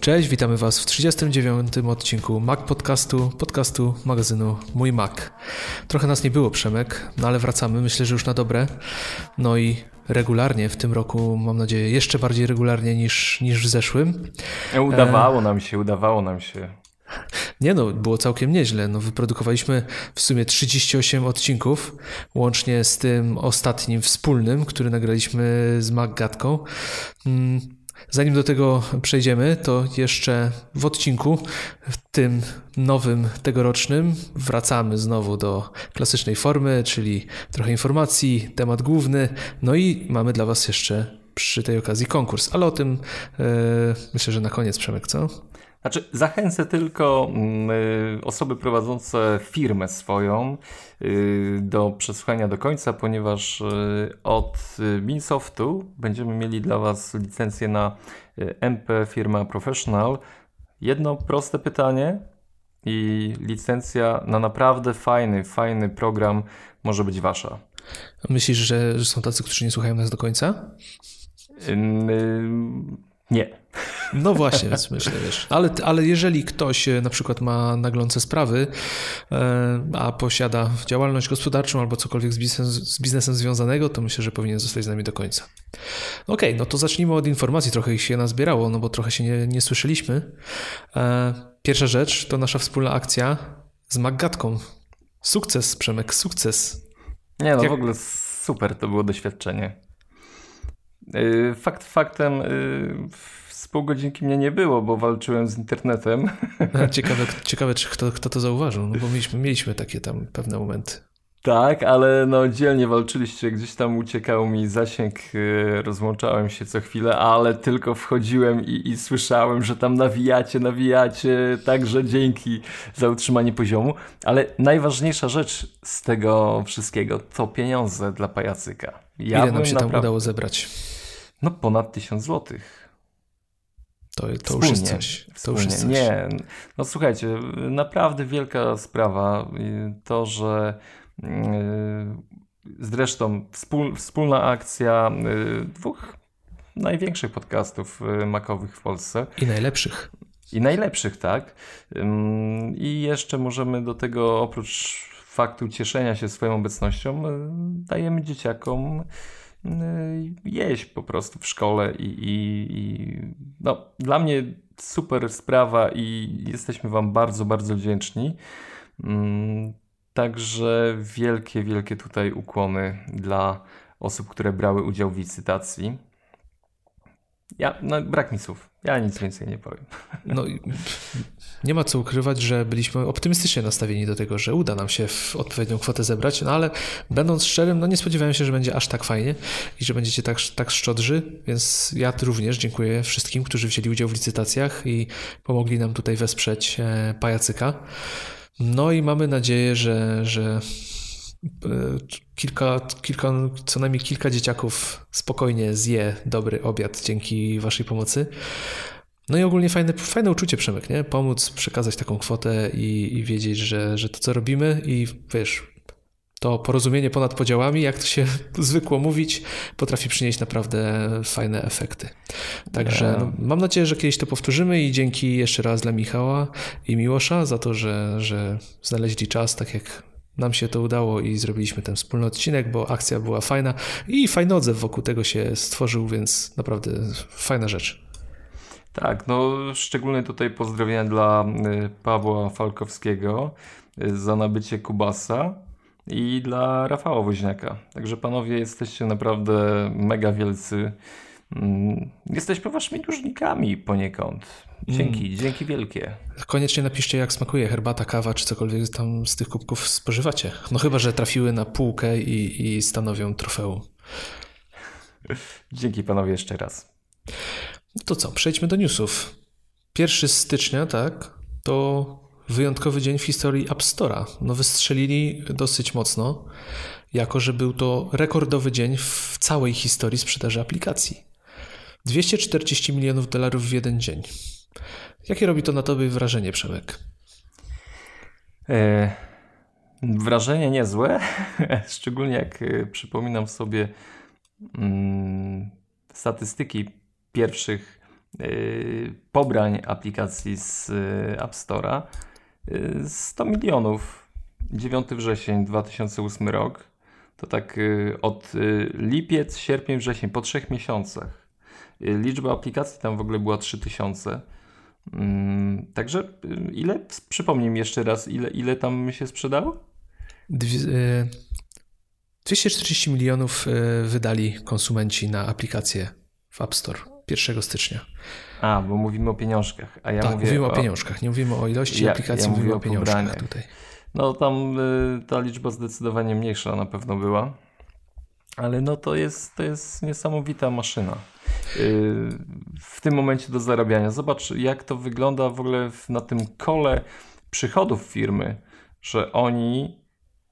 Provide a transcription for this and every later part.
Cześć, witamy Was w 39. odcinku Mac podcastu magazynu Mój Mac. Trochę nas nie było, Przemek, no ale wracamy, myślę, że już na dobre. No i regularnie w tym roku, mam nadzieję, jeszcze bardziej regularnie niż w zeszłym. Udawało nam się. Nie no, było całkiem nieźle. No, wyprodukowaliśmy w sumie 38 odcinków, łącznie z tym ostatnim wspólnym, który nagraliśmy z MacGadką. Zanim do tego przejdziemy, to jeszcze w odcinku, w tym nowym, tegorocznym, wracamy znowu do klasycznej formy, czyli trochę informacji, temat główny, no i mamy dla Was jeszcze przy tej okazji konkurs, ale o tym myślę, że na koniec, Przemek, co? Znaczy, zachęcę tylko osoby prowadzące firmę swoją do przesłuchania do końca, ponieważ od Minsoftu będziemy mieli dla Was licencję na MP Firma Professional. Jedno proste pytanie i licencja na naprawdę fajny program może być Wasza. Myślisz, że są tacy, którzy nie słuchają nas do końca? Nie. No właśnie, więc myślę, wiesz. Ale jeżeli ktoś na przykład ma naglące sprawy, a posiada działalność gospodarczą albo cokolwiek z biznesem związanego, to myślę, że powinien zostać z nami do końca. Okej, no to zacznijmy od informacji. Trochę ich się nazbierało, no bo trochę się nie słyszeliśmy. Pierwsza rzecz to nasza wspólna akcja z MacGadką. Sukces, Przemek, sukces. Nie no, w ogóle super to było doświadczenie. Faktem z pół godzinki mnie nie było, bo walczyłem z internetem. Ciekawe czy kto to zauważył, no bo mieliśmy takie tam pewne momenty. Tak, ale no dzielnie walczyliście, gdzieś tam uciekał mi zasięg, rozłączałem się co chwilę, ale tylko wchodziłem i słyszałem, że tam nawijacie, także dzięki za utrzymanie poziomu. Ale najważniejsza rzecz z tego wszystkiego to pieniądze dla pajacyka. Ile nam się tam udało zebrać? No ponad 1000 złotych. To już jest coś. To już jest coś. Nie, no słuchajcie, naprawdę wielka sprawa to, że zresztą wspólna akcja dwóch największych podcastów macowych w Polsce. I najlepszych, tak. I jeszcze możemy do tego, oprócz faktu cieszenia się swoją obecnością, dajemy dzieciakom jeść po prostu w szkole i no, dla mnie super sprawa i jesteśmy Wam bardzo, bardzo wdzięczni. Także wielkie tutaj ukłony dla osób, które brały udział w licytacji. Brak mi słów. Ja nic więcej nie powiem. No, nie ma co ukrywać, że byliśmy optymistycznie nastawieni do tego, że uda nam się w odpowiednią kwotę zebrać, no ale będąc szczerym, no nie spodziewałem się, że będzie aż tak fajnie i że będziecie tak szczodrzy, więc ja również dziękuję wszystkim, którzy wzięli udział w licytacjach i pomogli nam tutaj wesprzeć pajacyka. No i mamy nadzieję, że co najmniej kilka dzieciaków spokojnie zje dobry obiad dzięki Waszej pomocy. No i ogólnie fajne uczucie, Przemek, nie? Pomóc, przekazać taką kwotę i wiedzieć, że to, co robimy i wiesz, to porozumienie ponad podziałami, jak to się zwykło mówić, potrafi przynieść naprawdę fajne efekty. Także no, mam nadzieję, że kiedyś to powtórzymy i dzięki jeszcze raz dla Michała i Miłosza za to, że znaleźli czas, tak jak nam się to udało i zrobiliśmy ten wspólny odcinek, bo akcja była fajna i fajny odzew wokół tego się stworzył, więc naprawdę fajna rzecz. Tak, no szczególnie tutaj pozdrowienia dla Pawła Falkowskiego za nabycie Kubasa i dla Rafała Woźniaka. Także panowie, jesteście naprawdę mega wielcy. Jesteśmy waszymi dłużnikami poniekąd. Dzięki wielkie. Koniecznie napiszcie, jak smakuje herbata, kawa, czy cokolwiek tam z tych kubków spożywacie. No chyba, że trafiły na półkę i stanowią trofeum. Dzięki panowie jeszcze raz. To co, przejdźmy do newsów. 1 stycznia, tak, to wyjątkowy dzień w historii App Store'a. No wystrzelili dosyć mocno, jako że był to rekordowy dzień w całej historii sprzedaży aplikacji. $240 milionów w jeden dzień. Jakie robi to na tobie wrażenie, Przemek? Wrażenie niezłe, szczególnie jak przypominam sobie statystyki pierwszych pobrań aplikacji z App Store'a 100 milionów. 9 wrzesień 2008 rok. To tak od lipiec, sierpień, wrzesień, po 3 miesiącach. Liczba aplikacji tam w ogóle była 3000. Także przypomnij mi jeszcze raz, ile tam się sprzedało? 240 milionów wydali konsumenci na aplikację w App Store 1 stycznia. Bo mówimy o pieniążkach. A ja mówimy o pieniążkach, nie mówimy o ilości aplikacji, mówimy o pieniążkach tutaj. No tam ta liczba zdecydowanie mniejsza na pewno była, ale no to jest niesamowita maszyna w tym momencie do zarabiania. Zobacz, jak to wygląda w ogóle na tym kole przychodów firmy, że oni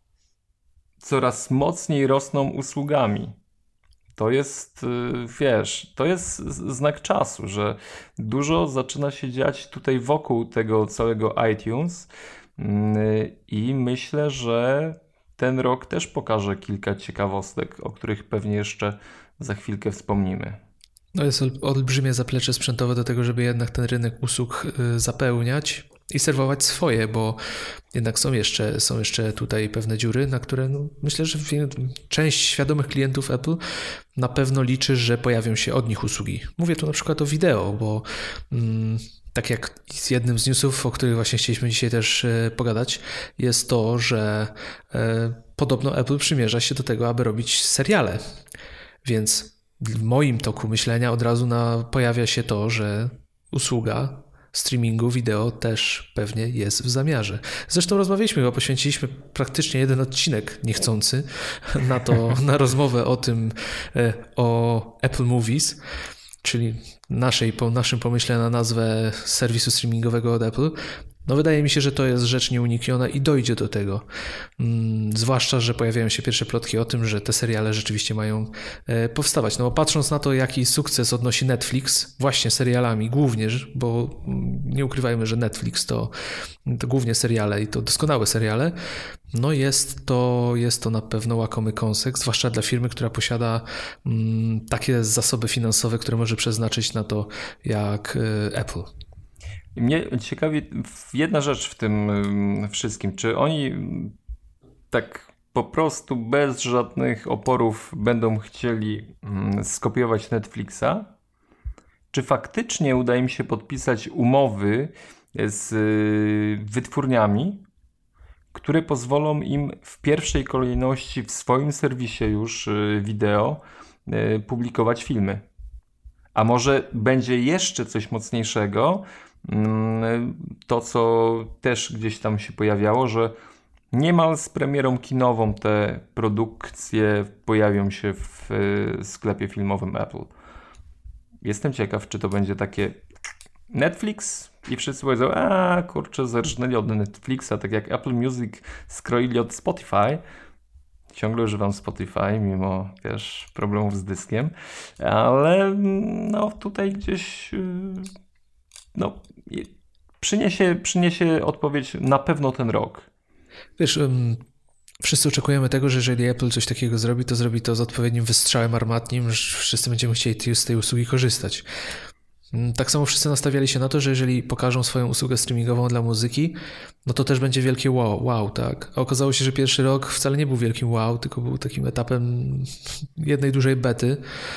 coraz mocniej rosną usługami. To jest, to jest znak czasu, że dużo zaczyna się dziać tutaj wokół tego całego iTunes i myślę, że ten rok też pokaże kilka ciekawostek, o których pewnie jeszcze za chwilkę wspomnimy. No jest olbrzymie zaplecze sprzętowe do tego, żeby jednak ten rynek usług zapełniać i serwować swoje, bo jednak są jeszcze tutaj pewne dziury, na które myślę, że część świadomych klientów Apple na pewno liczy, że pojawią się od nich usługi. Mówię tu na przykład o wideo, bo tak jak jednym z newsów, o których właśnie chcieliśmy dzisiaj też pogadać, jest to, że podobno Apple przymierza się do tego, aby robić seriale. Więc w moim toku myślenia od razu pojawia się to, że usługa streamingu wideo też pewnie jest w zamiarze. Zresztą rozmawialiśmy, bo poświęciliśmy praktycznie jeden odcinek niechcący na rozmowę o tym, o Apple Movies, czyli naszym pomyśle na nazwę serwisu streamingowego od Apple. No wydaje mi się, że to jest rzecz nieunikniona i dojdzie do tego. Zwłaszcza, że pojawiają się pierwsze plotki o tym, że te seriale rzeczywiście mają powstawać. No bo patrząc na to, jaki sukces odnosi Netflix, właśnie serialami głównie, bo nie ukrywajmy, że Netflix to głównie seriale i to doskonałe seriale, no jest to na pewno łakomy kąsek, zwłaszcza dla firmy, która posiada takie zasoby finansowe, które może przeznaczyć na to jak Apple. Mnie ciekawi jedna rzecz w tym wszystkim. Czy oni tak po prostu bez żadnych oporów będą chcieli skopiować Netflixa? Czy faktycznie uda im się podpisać umowy z wytwórniami, które pozwolą im w pierwszej kolejności w swoim serwisie już wideo publikować filmy? A może będzie jeszcze coś mocniejszego? To, co też gdzieś tam się pojawiało, że niemal z premierą kinową te produkcje pojawią się w sklepie filmowym Apple. Jestem ciekaw, czy to będzie takie Netflix i wszyscy powiedzą, kurczę, zerżnęli od Netflixa, tak jak Apple Music skroili od Spotify. Ciągle używam Spotify, mimo problemów z dyskiem, ale tutaj gdzieś przyniesie odpowiedź na pewno ten rok. Wiesz, wszyscy oczekujemy tego, że jeżeli Apple coś takiego zrobi, to zrobi to z odpowiednim wystrzałem armatnim, że wszyscy będziemy chcieli z tej usługi korzystać. Tak samo wszyscy nastawiali się na to, że jeżeli pokażą swoją usługę streamingową dla muzyki, no to też będzie wielkie wow, tak. A okazało się, że pierwszy rok wcale nie był wielkim wow, tylko był takim etapem jednej dużej bety.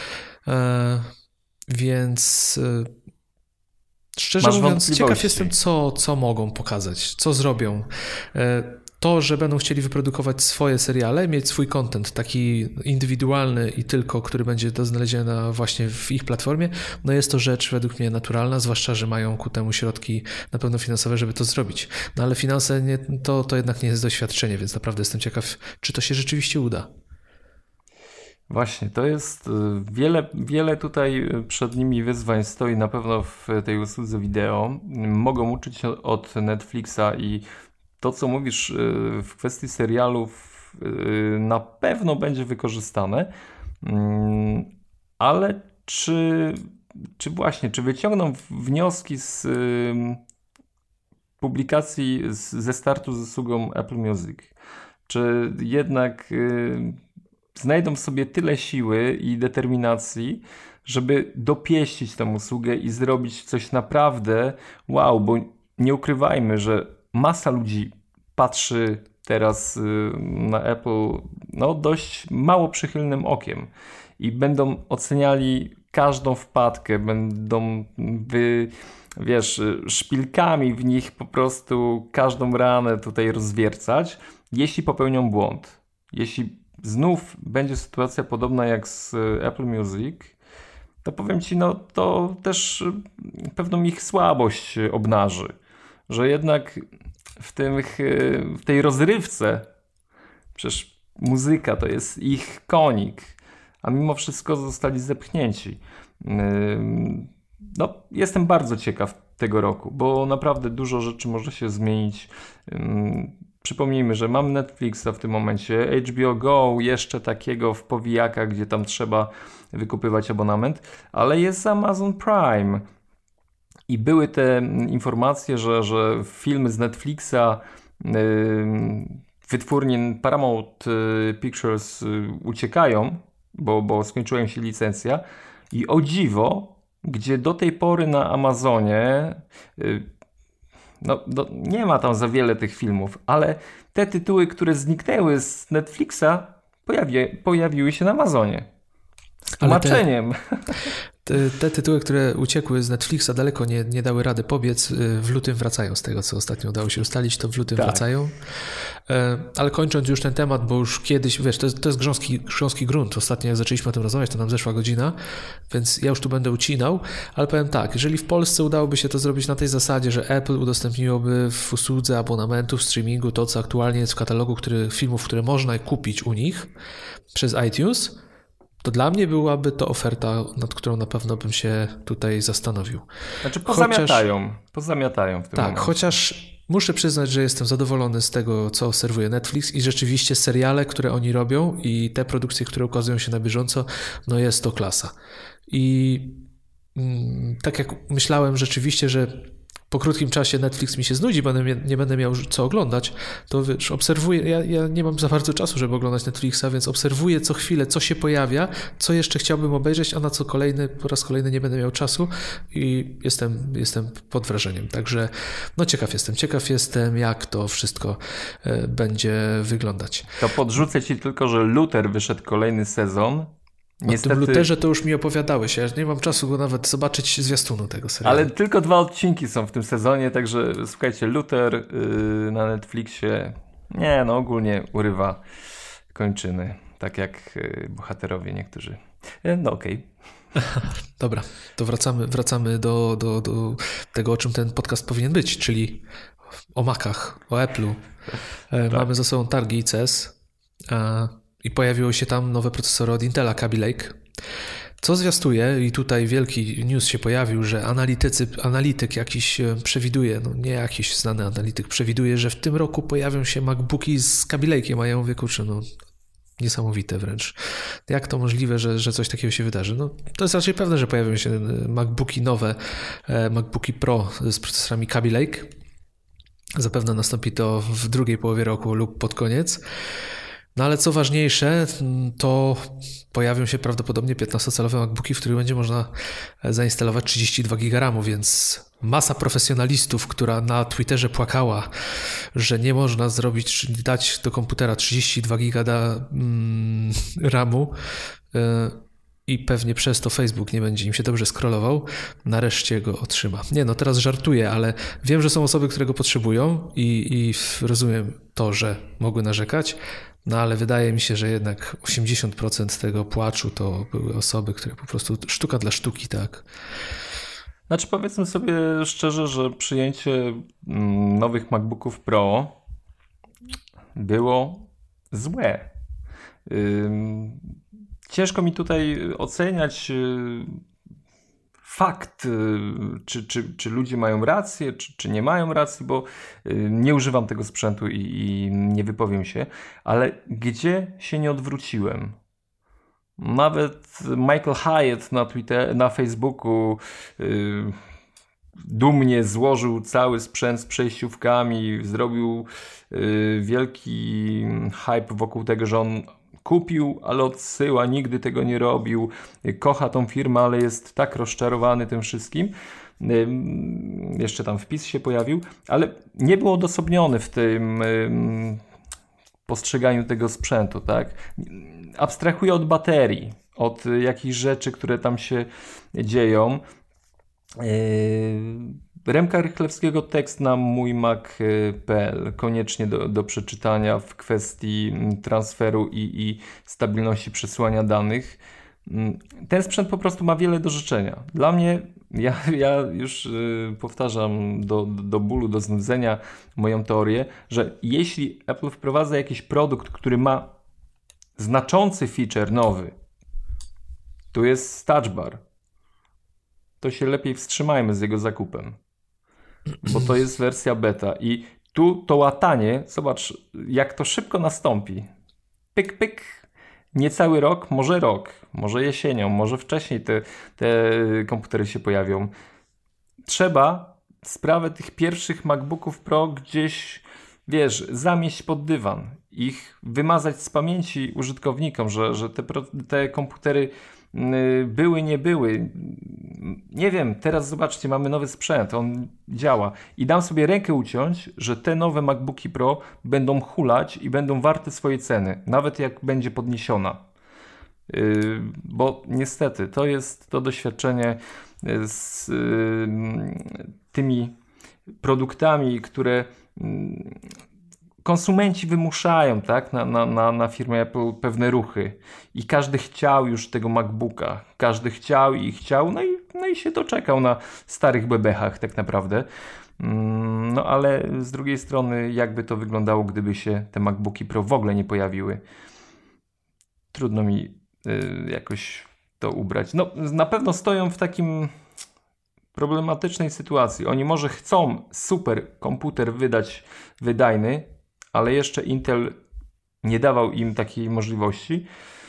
Więc szczerze mówiąc, ciekaw jestem, co mogą pokazać, co zrobią. To, że będą chcieli wyprodukować swoje seriale, mieć swój content taki indywidualny i tylko, który będzie do znalezienia właśnie w ich platformie, no jest to rzecz według mnie naturalna, zwłaszcza, że mają ku temu środki na pewno finansowe, żeby to zrobić. No ale finanse to jednak nie jest doświadczenie, więc naprawdę jestem ciekaw, czy to się rzeczywiście uda. Właśnie, to jest wiele tutaj przed nimi wyzwań stoi na pewno w tej usłudze wideo. Mogą uczyć się od Netflixa i to, co mówisz w kwestii serialów, na pewno będzie wykorzystane, ale czy wyciągną wnioski z publikacji ze startu z usługą Apple Music? Czy jednak znajdą w sobie tyle siły i determinacji, żeby dopieścić tę usługę i zrobić coś naprawdę wow, bo nie ukrywajmy, że masa ludzi patrzy teraz na Apple dość mało przychylnym okiem i będą oceniali każdą wpadkę, będą szpilkami w nich po prostu każdą ranę tutaj rozwiercać, jeśli popełnią błąd. Jeśli znów będzie sytuacja podobna jak z Apple Music, to powiem Ci, to też pewną ich słabość obnaży, że jednak w tej rozrywce, przecież muzyka to jest ich konik, a mimo wszystko zostali zepchnięci. Jestem bardzo ciekaw tego roku, bo naprawdę dużo rzeczy może się zmienić. Przypomnijmy, że mam Netflixa w tym momencie, HBO Go jeszcze takiego w powijakach, gdzie tam trzeba wykupywać abonament, ale jest Amazon Prime. I były te informacje, że filmy z Netflixa, wytwórnie Paramount Pictures uciekają, bo skończyła im się licencja. I o dziwo, gdzie do tej pory na Amazonie nie ma tam za wiele tych filmów, ale te tytuły, które zniknęły z Netflixa, pojawiły się na Amazonie. Z tłumaczeniem. Te tytuły, które uciekły z Netflixa, daleko nie dały rady pobiec, w lutym wracają. Z tego, co ostatnio udało się ustalić, to w lutym wracają. Ale kończąc już ten temat, bo już kiedyś, to jest grząski grunt. Ostatnio jak zaczęliśmy o tym rozmawiać, to nam zeszła godzina, więc ja już tu będę ucinał, ale powiem tak, jeżeli w Polsce udałoby się to zrobić na tej zasadzie, że Apple udostępniłoby w usłudze abonamentu, w streamingu to, co aktualnie jest w katalogu filmów, które można kupić u nich przez iTunes, to dla mnie byłaby to oferta, nad którą na pewno bym się tutaj zastanowił. Znaczy pozamiatają w tym momencie. Chociaż muszę przyznać, że jestem zadowolony z tego, co serwuje Netflix i rzeczywiście seriale, które oni robią i te produkcje, które ukazują się na bieżąco, jest to klasa. I tak jak myślałem rzeczywiście, że po krótkim czasie Netflix mi się znudzi, bo nie będę miał co oglądać, to obserwuję, ja nie mam za bardzo czasu, żeby oglądać Netflixa, więc obserwuję co chwilę, co się pojawia, co jeszcze chciałbym obejrzeć, a na co po raz kolejny nie będę miał czasu i jestem pod wrażeniem. Także ciekaw jestem, jak to wszystko będzie wyglądać. To podrzucę Ci tylko, że Luther wyszedł kolejny sezon. Niestety... O tym Lutherze to już mi opowiadałeś. Ja nie mam czasu go nawet zobaczyć zwiastunu tego serialu. Ale tylko 2 odcinki są w tym sezonie, także słuchajcie, Luther na Netflixie ogólnie urywa kończyny. Tak jak bohaterowie niektórzy. Okej. Dobra, to wracamy do tego, o czym ten podcast powinien być, czyli o Macach, o Apple'u. Tak. Mamy za sobą targi ICS i pojawiło się tam nowe procesory od Intela Kaby Lake. Co zwiastuje, i tutaj wielki news się pojawił, że analityk jakiś przewiduje, nie jakiś znany analityk, przewiduje, że w tym roku pojawią się MacBooki z Kaby Lake'iem, a ja mówię, kurczę, niesamowite wręcz. Jak to możliwe, że coś takiego się wydarzy? To jest raczej pewne, że pojawią się MacBooki nowe, MacBooki Pro z procesorami Kaby Lake. Zapewne nastąpi to w drugiej połowie roku lub pod koniec. Ale co ważniejsze, to pojawią się prawdopodobnie 15-calowe MacBooki, w których będzie można zainstalować 32 GB RAM, więc masa profesjonalistów, która na Twitterze płakała, że nie można dać do komputera 32 GB RAM-u i pewnie przez to Facebook nie będzie im się dobrze scrollował, nareszcie go otrzyma. Teraz żartuję, ale wiem, że są osoby, które go potrzebują i rozumiem to, że mogły narzekać, ale wydaje mi się, że jednak 80% tego płaczu to były osoby, które po prostu sztuka dla sztuki, tak? Znaczy powiedzmy sobie szczerze, że przyjęcie nowych MacBooków Pro było złe. Ciężko mi tutaj oceniać fakt, czy ludzie mają rację, czy nie mają racji, bo nie używam tego sprzętu i nie wypowiem się, ale gdzie się nie odwróciłem? Nawet Michael Hyatt na Facebooku dumnie złożył cały sprzęt z przejściówkami, zrobił wielki hype wokół tego, że on kupił, ale odsyła, nigdy tego nie robił, kocha tą firmę, ale jest tak rozczarowany tym wszystkim. Jeszcze tam wpis się pojawił, ale nie był odosobniony w tym postrzeganiu tego sprzętu, tak? Abstrahuje od baterii, od jakichś rzeczy, które tam się dzieją. Remka Rychlewskiego tekst na mójmac.pl koniecznie do przeczytania w kwestii transferu i stabilności przesyłania danych. Ten sprzęt po prostu ma wiele do życzenia. Dla mnie, ja już powtarzam do bólu, do znudzenia moją teorię, że jeśli Apple wprowadza jakiś produkt, który ma znaczący feature nowy, tu jest touch bar, to się lepiej wstrzymajmy z jego zakupem, bo to jest wersja beta i tu to łatanie, zobacz jak to szybko nastąpi. Pyk, pyk, niecały rok, może jesienią, może wcześniej te komputery się pojawią. Trzeba sprawę tych pierwszych MacBooków Pro gdzieś, wiesz, zamieść pod dywan, ich wymazać z pamięci użytkownikom, że te komputery były, nie były. Nie wiem, teraz zobaczcie, mamy nowy sprzęt, on działa i dam sobie rękę uciąć, że te nowe MacBooki Pro będą hulać i będą warte swojej ceny, nawet jak będzie podniesiona. Bo niestety to jest to doświadczenie z tymi produktami, które konsumenci wymuszają, tak, na firmę Apple pewne ruchy i każdy chciał już tego MacBooka, każdy chciał, no i się doczekał na starych bebechach tak naprawdę. No ale z drugiej strony jakby to wyglądało, gdyby się te MacBooki Pro w ogóle nie pojawiły. Trudno mi jakoś to ubrać. No na pewno stoją w takim problematycznej sytuacji. Oni może chcą super komputer wydać wydajny, ale jeszcze Intel nie dawał im takiej możliwości.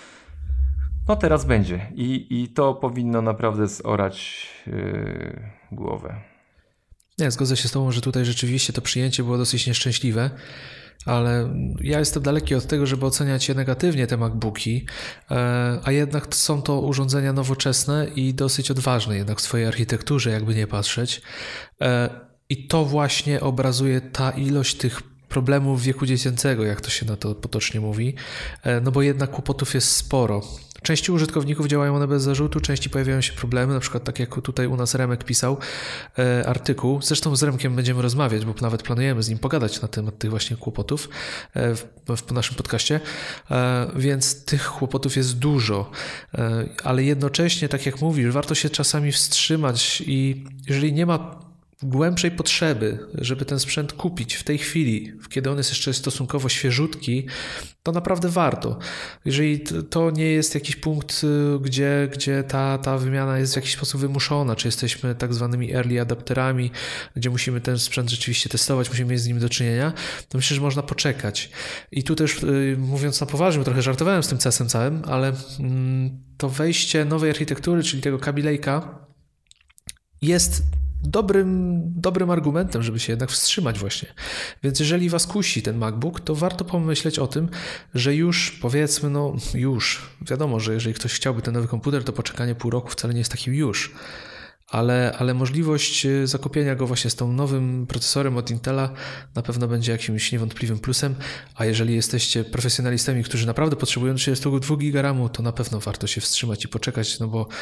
No teraz będzie i to powinno naprawdę zorać głowę. Nie, zgodzę się z tobą, że tutaj rzeczywiście to przyjęcie było dosyć nieszczęśliwe, ale ja jestem daleki od tego, żeby oceniać je negatywnie, te MacBooki, a jednak są to urządzenia nowoczesne i dosyć odważne jednak w swojej architekturze, jakby nie patrzeć. I to właśnie obrazuje ta ilość tych problemów wieku dziecięcego, jak to się na to potocznie mówi, no bo jednak kłopotów jest sporo. Części użytkowników działają one bez zarzutu, części pojawiają się problemy, na przykład tak jak tutaj u nas Remek pisał artykuł. Zresztą z Remkiem będziemy rozmawiać, bo nawet planujemy z nim pogadać na temat tych właśnie kłopotów w naszym podcaście, więc tych kłopotów jest dużo, ale jednocześnie, tak jak mówisz, warto się czasami wstrzymać i jeżeli nie ma głębszej potrzeby, żeby ten sprzęt kupić w tej chwili, kiedy on jest jeszcze stosunkowo świeżutki, to naprawdę warto. Jeżeli to nie jest jakiś punkt, gdzie ta wymiana jest w jakiś sposób wymuszona, czy jesteśmy tak zwanymi early adapterami, gdzie musimy ten sprzęt rzeczywiście testować, musimy mieć z nim do czynienia, to myślę, że można poczekać. I tu też mówiąc na poważnie, trochę żartowałem z tym CS-em całym, ale to wejście nowej architektury, czyli tego Kaby Lake'a jest dobrym argumentem, żeby się jednak wstrzymać właśnie. Więc jeżeli was kusi ten MacBook, to warto pomyśleć o tym, że już powiedzmy, wiadomo, że jeżeli ktoś chciałby ten nowy komputer, to poczekanie pół roku wcale nie jest takim już. Ale możliwość zakupienia go właśnie z tą nowym procesorem od Intela na pewno będzie jakimś niewątpliwym plusem, a jeżeli jesteście profesjonalistami, którzy naprawdę potrzebują 32 GB RAMu, to na pewno warto się wstrzymać i poczekać, no bo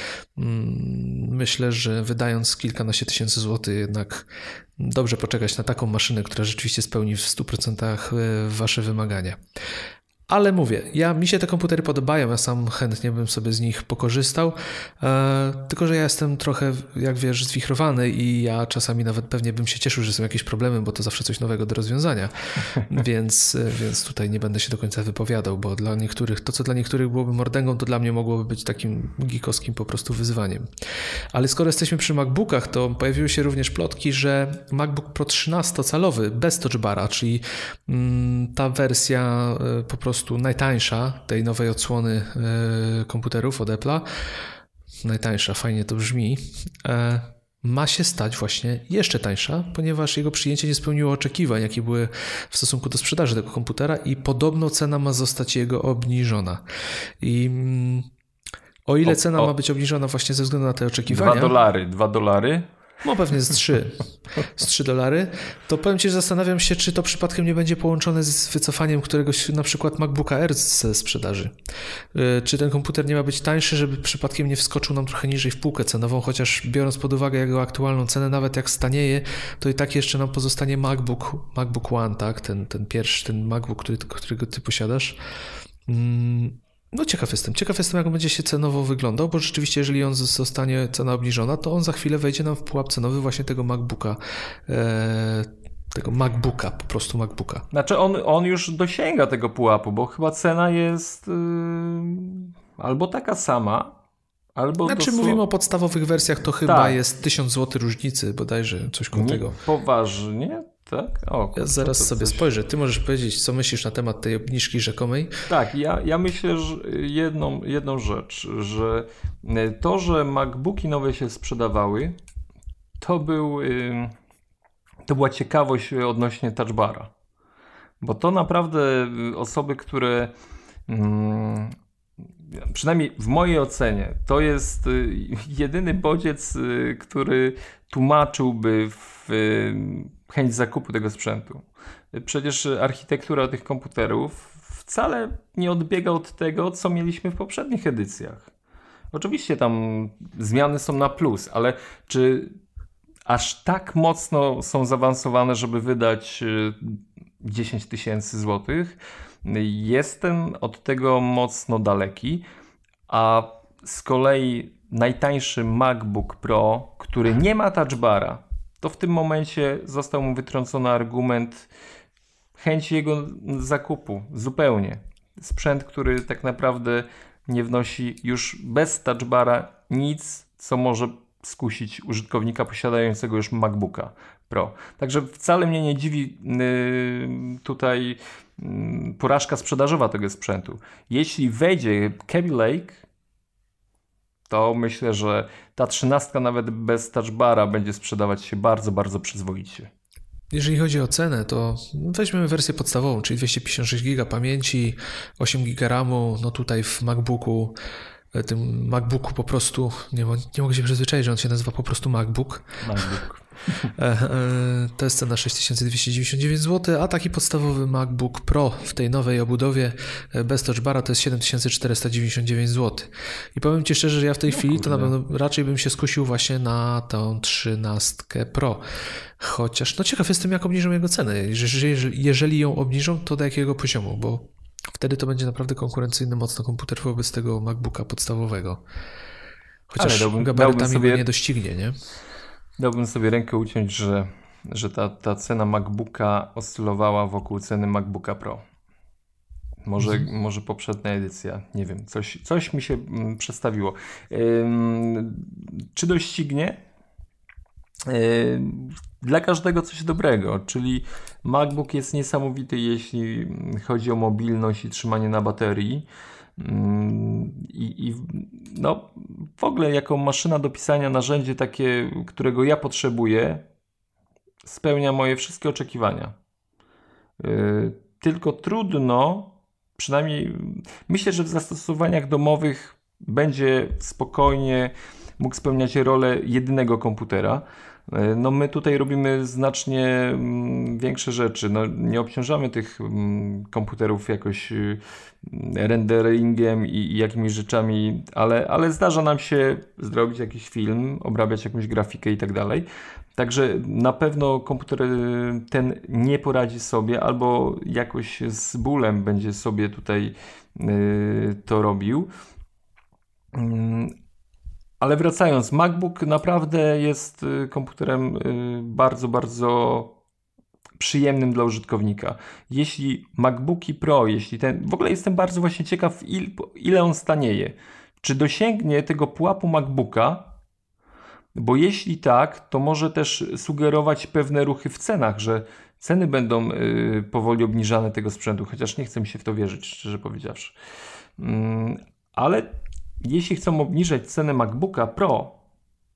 myślę, że wydając kilkanaście tysięcy złotych jednak dobrze poczekać na taką maszynę, która rzeczywiście spełni w 100% wasze wymagania. Ale mówię, mi się te komputery podobają, ja sam chętnie bym sobie z nich pokorzystał, tylko że ja jestem trochę, jak wiesz, zwichrowany i ja czasami nawet pewnie bym się cieszył, że są jakieś problemy, bo to zawsze coś nowego do rozwiązania, więc tutaj nie będę się do końca wypowiadał, bo dla niektórych, to co dla niektórych byłoby mordęgą, to dla mnie mogłoby być takim geekowskim po prostu wyzwaniem. Ale skoro jesteśmy przy MacBookach, to pojawiły się również plotki, że MacBook Pro 13-calowy bez Touch Bara, czyli ta wersja po prostu najtańsza tej nowej odsłony komputerów od Apple'a, najtańsza, fajnie to brzmi, ma się stać właśnie jeszcze tańsza, ponieważ jego przyjęcie nie spełniło oczekiwań, jakie były w stosunku do sprzedaży tego komputera i podobno cena ma zostać jego obniżona. I o ile cena ma być obniżona właśnie ze względu na te oczekiwania... $2? No pewnie z $3, to powiem Ci, że zastanawiam się, czy to przypadkiem nie będzie połączone z wycofaniem któregoś na przykład MacBooka Air ze sprzedaży. Czy ten komputer nie ma być tańszy, żeby przypadkiem nie wskoczył nam trochę niżej w półkę cenową, chociaż biorąc pod uwagę jego aktualną cenę, nawet jak stanieje, to i tak jeszcze nam pozostanie MacBook One, tak? Ten pierwszy, ten MacBook, którego Ty posiadasz. No ciekaw jestem, jak on będzie się cenowo wyglądał, bo rzeczywiście jeżeli on zostanie cena obniżona, to on za chwilę wejdzie nam w pułap cenowy właśnie tego MacBooka, po prostu MacBooka. Znaczy on już dosięga tego pułapu, bo chyba cena jest albo taka sama, albo... Znaczy mówimy o podstawowych wersjach, to chyba jest 1000 zł różnicy, bodajże coś koło tego. Poważnie? Tak? Ja zaraz sobie spojrzę. Ty możesz powiedzieć, co myślisz na temat tej obniżki rzekomej? Tak, ja myślę, że jedną rzecz, że to, że MacBooki nowe się sprzedawały, to była ciekawość odnośnie Touch Bara. Bo to naprawdę osoby, które przynajmniej w mojej ocenie to jest jedyny bodziec, który tłumaczyłby chęć zakupu tego sprzętu. Przecież architektura tych komputerów wcale nie odbiega od tego, co mieliśmy w poprzednich edycjach. Oczywiście tam zmiany są na plus, ale czy aż tak mocno są zaawansowane, żeby wydać 10 000 złotych? Jestem od tego mocno daleki, a z kolei najtańszy MacBook Pro, który nie ma Touch Bara, to w tym momencie został mu wytrącony argument chęci jego zakupu zupełnie. Sprzęt, który tak naprawdę nie wnosi już bez Touch Bara nic, co może skusić użytkownika posiadającego już MacBooka Pro. Także wcale mnie nie dziwi tutaj porażka sprzedażowa tego sprzętu. Jeśli wejdzie Kaby Lake, to myślę, że ta 13 nawet bez Touch Bara będzie sprzedawać się bardzo, bardzo przyzwoicie. Jeżeli chodzi o cenę, to weźmiemy wersję podstawową, czyli 256 GB pamięci, 8 GB RAMu, no tutaj w tym MacBooku po prostu, nie mogę się przyzwyczaić, że on się nazywa po prostu MacBook. To jest cena 6299 zł, a taki podstawowy MacBook Pro w tej nowej obudowie bez Touch Bara to jest 7499 zł. I powiem Ci szczerze, że ja w tej chwili to na pewno raczej bym się skusił właśnie na tą 13 Pro. Chociaż ciekaw jestem, jak obniżą jego cenę. Jeżeli ją obniżą, to do jakiego poziomu, bo wtedy to będzie naprawdę konkurencyjny mocno komputer wobec tego MacBooka podstawowego. Chociaż gabarytami go nie doścignie, nie? Dałbym sobie rękę uciąć, że ta cena MacBooka oscylowała wokół ceny MacBooka Pro. Może poprzednia edycja, nie wiem, coś mi się przestawiło. Czy doścignie? Dla każdego coś dobrego, czyli MacBook jest niesamowity, jeśli chodzi o mobilność i trzymanie na baterii. No w ogóle jako maszyna do pisania, narzędzie takie, którego ja potrzebuję, spełnia moje wszystkie oczekiwania. Tylko trudno, przynajmniej myślę, że w zastosowaniach domowych będzie spokojnie mógł spełniać rolę jedynego komputera. No my tutaj robimy znacznie większe rzeczy. No, nie obciążamy tych komputerów jakoś renderingiem i jakimiś rzeczami, ale zdarza nam się zrobić jakiś film, obrabiać jakąś grafikę i tak dalej. Także na pewno komputer ten nie poradzi sobie albo jakoś z bólem będzie sobie tutaj to robił. Ale wracając, MacBook naprawdę jest komputerem bardzo, bardzo przyjemnym dla użytkownika. Jeśli MacBooki Pro, w ogóle jestem bardzo właśnie ciekaw, ile on stanieje. Czy dosięgnie tego pułapu MacBooka? Bo jeśli tak, to może też sugerować pewne ruchy w cenach, że ceny będą powoli obniżane tego sprzętu, chociaż nie chcę mi się w to wierzyć, szczerze powiedziawszy. Ale jeśli chcą obniżać cenę MacBooka Pro,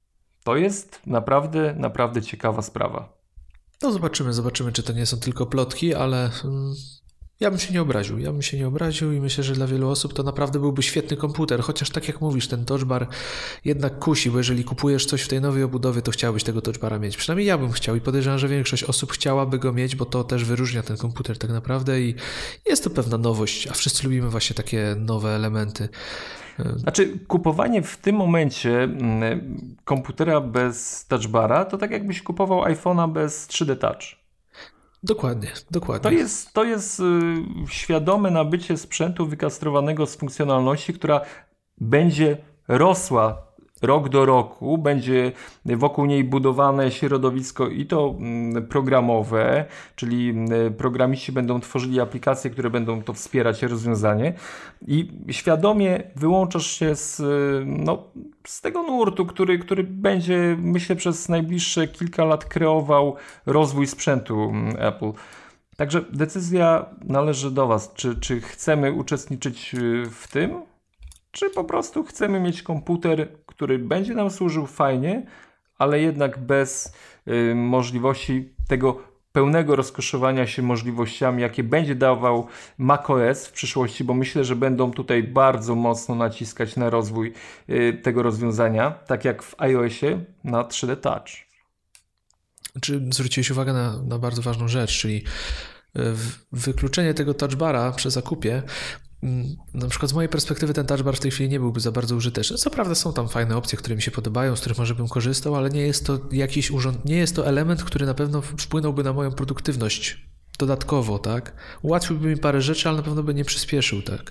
To jest naprawdę, naprawdę ciekawa sprawa. No zobaczymy, czy to nie są tylko plotki, ale ja bym się nie obraził i myślę, że dla wielu osób to naprawdę byłby świetny komputer, chociaż tak jak mówisz, ten Touch Bar jednak kusi, bo jeżeli kupujesz coś w tej nowej obudowie, to chciałbyś tego Touch Bara mieć. Przynajmniej ja bym chciał i podejrzewam, że większość osób chciałaby go mieć, bo to też wyróżnia ten komputer tak naprawdę i jest to pewna nowość, a wszyscy lubimy właśnie takie nowe elementy. Znaczy, kupowanie w tym momencie komputera bez Touch Bara to tak jakbyś kupował iPhone'a bez 3D Touch. Dokładnie. To jest świadome nabycie sprzętu wykastrowanego z funkcjonalności, która będzie rosła rok do roku, będzie wokół niej budowane środowisko i to programowe, czyli programiści będą tworzyli aplikacje, które będą to wspierać rozwiązanie i świadomie wyłączasz się z tego nurtu, który będzie, myślę, przez najbliższe kilka lat kreował rozwój sprzętu Apple. Także decyzja należy do Was. Czy chcemy uczestniczyć w tym? Czy po prostu chcemy mieć komputer, który będzie nam służył fajnie, ale jednak bez możliwości tego pełnego rozkoszowania się możliwościami, jakie będzie dawał macOS w przyszłości, bo myślę, że będą tutaj bardzo mocno naciskać na rozwój tego rozwiązania, tak jak w iOSie na 3D Touch. Czy zwróciłeś uwagę na bardzo ważną rzecz, czyli wykluczenie tego Touch Bara przy zakupie. Na przykład z mojej perspektywy ten Touch Bar w tej chwili nie byłby za bardzo użyteczny. Co prawda są tam fajne opcje, które mi się podobają, z których może bym korzystał, ale nie jest to jakiś nie jest to element, który na pewno wpłynąłby na moją produktywność dodatkowo, tak? Ułatwiłby mi parę rzeczy, ale na pewno by nie przyspieszył, tak?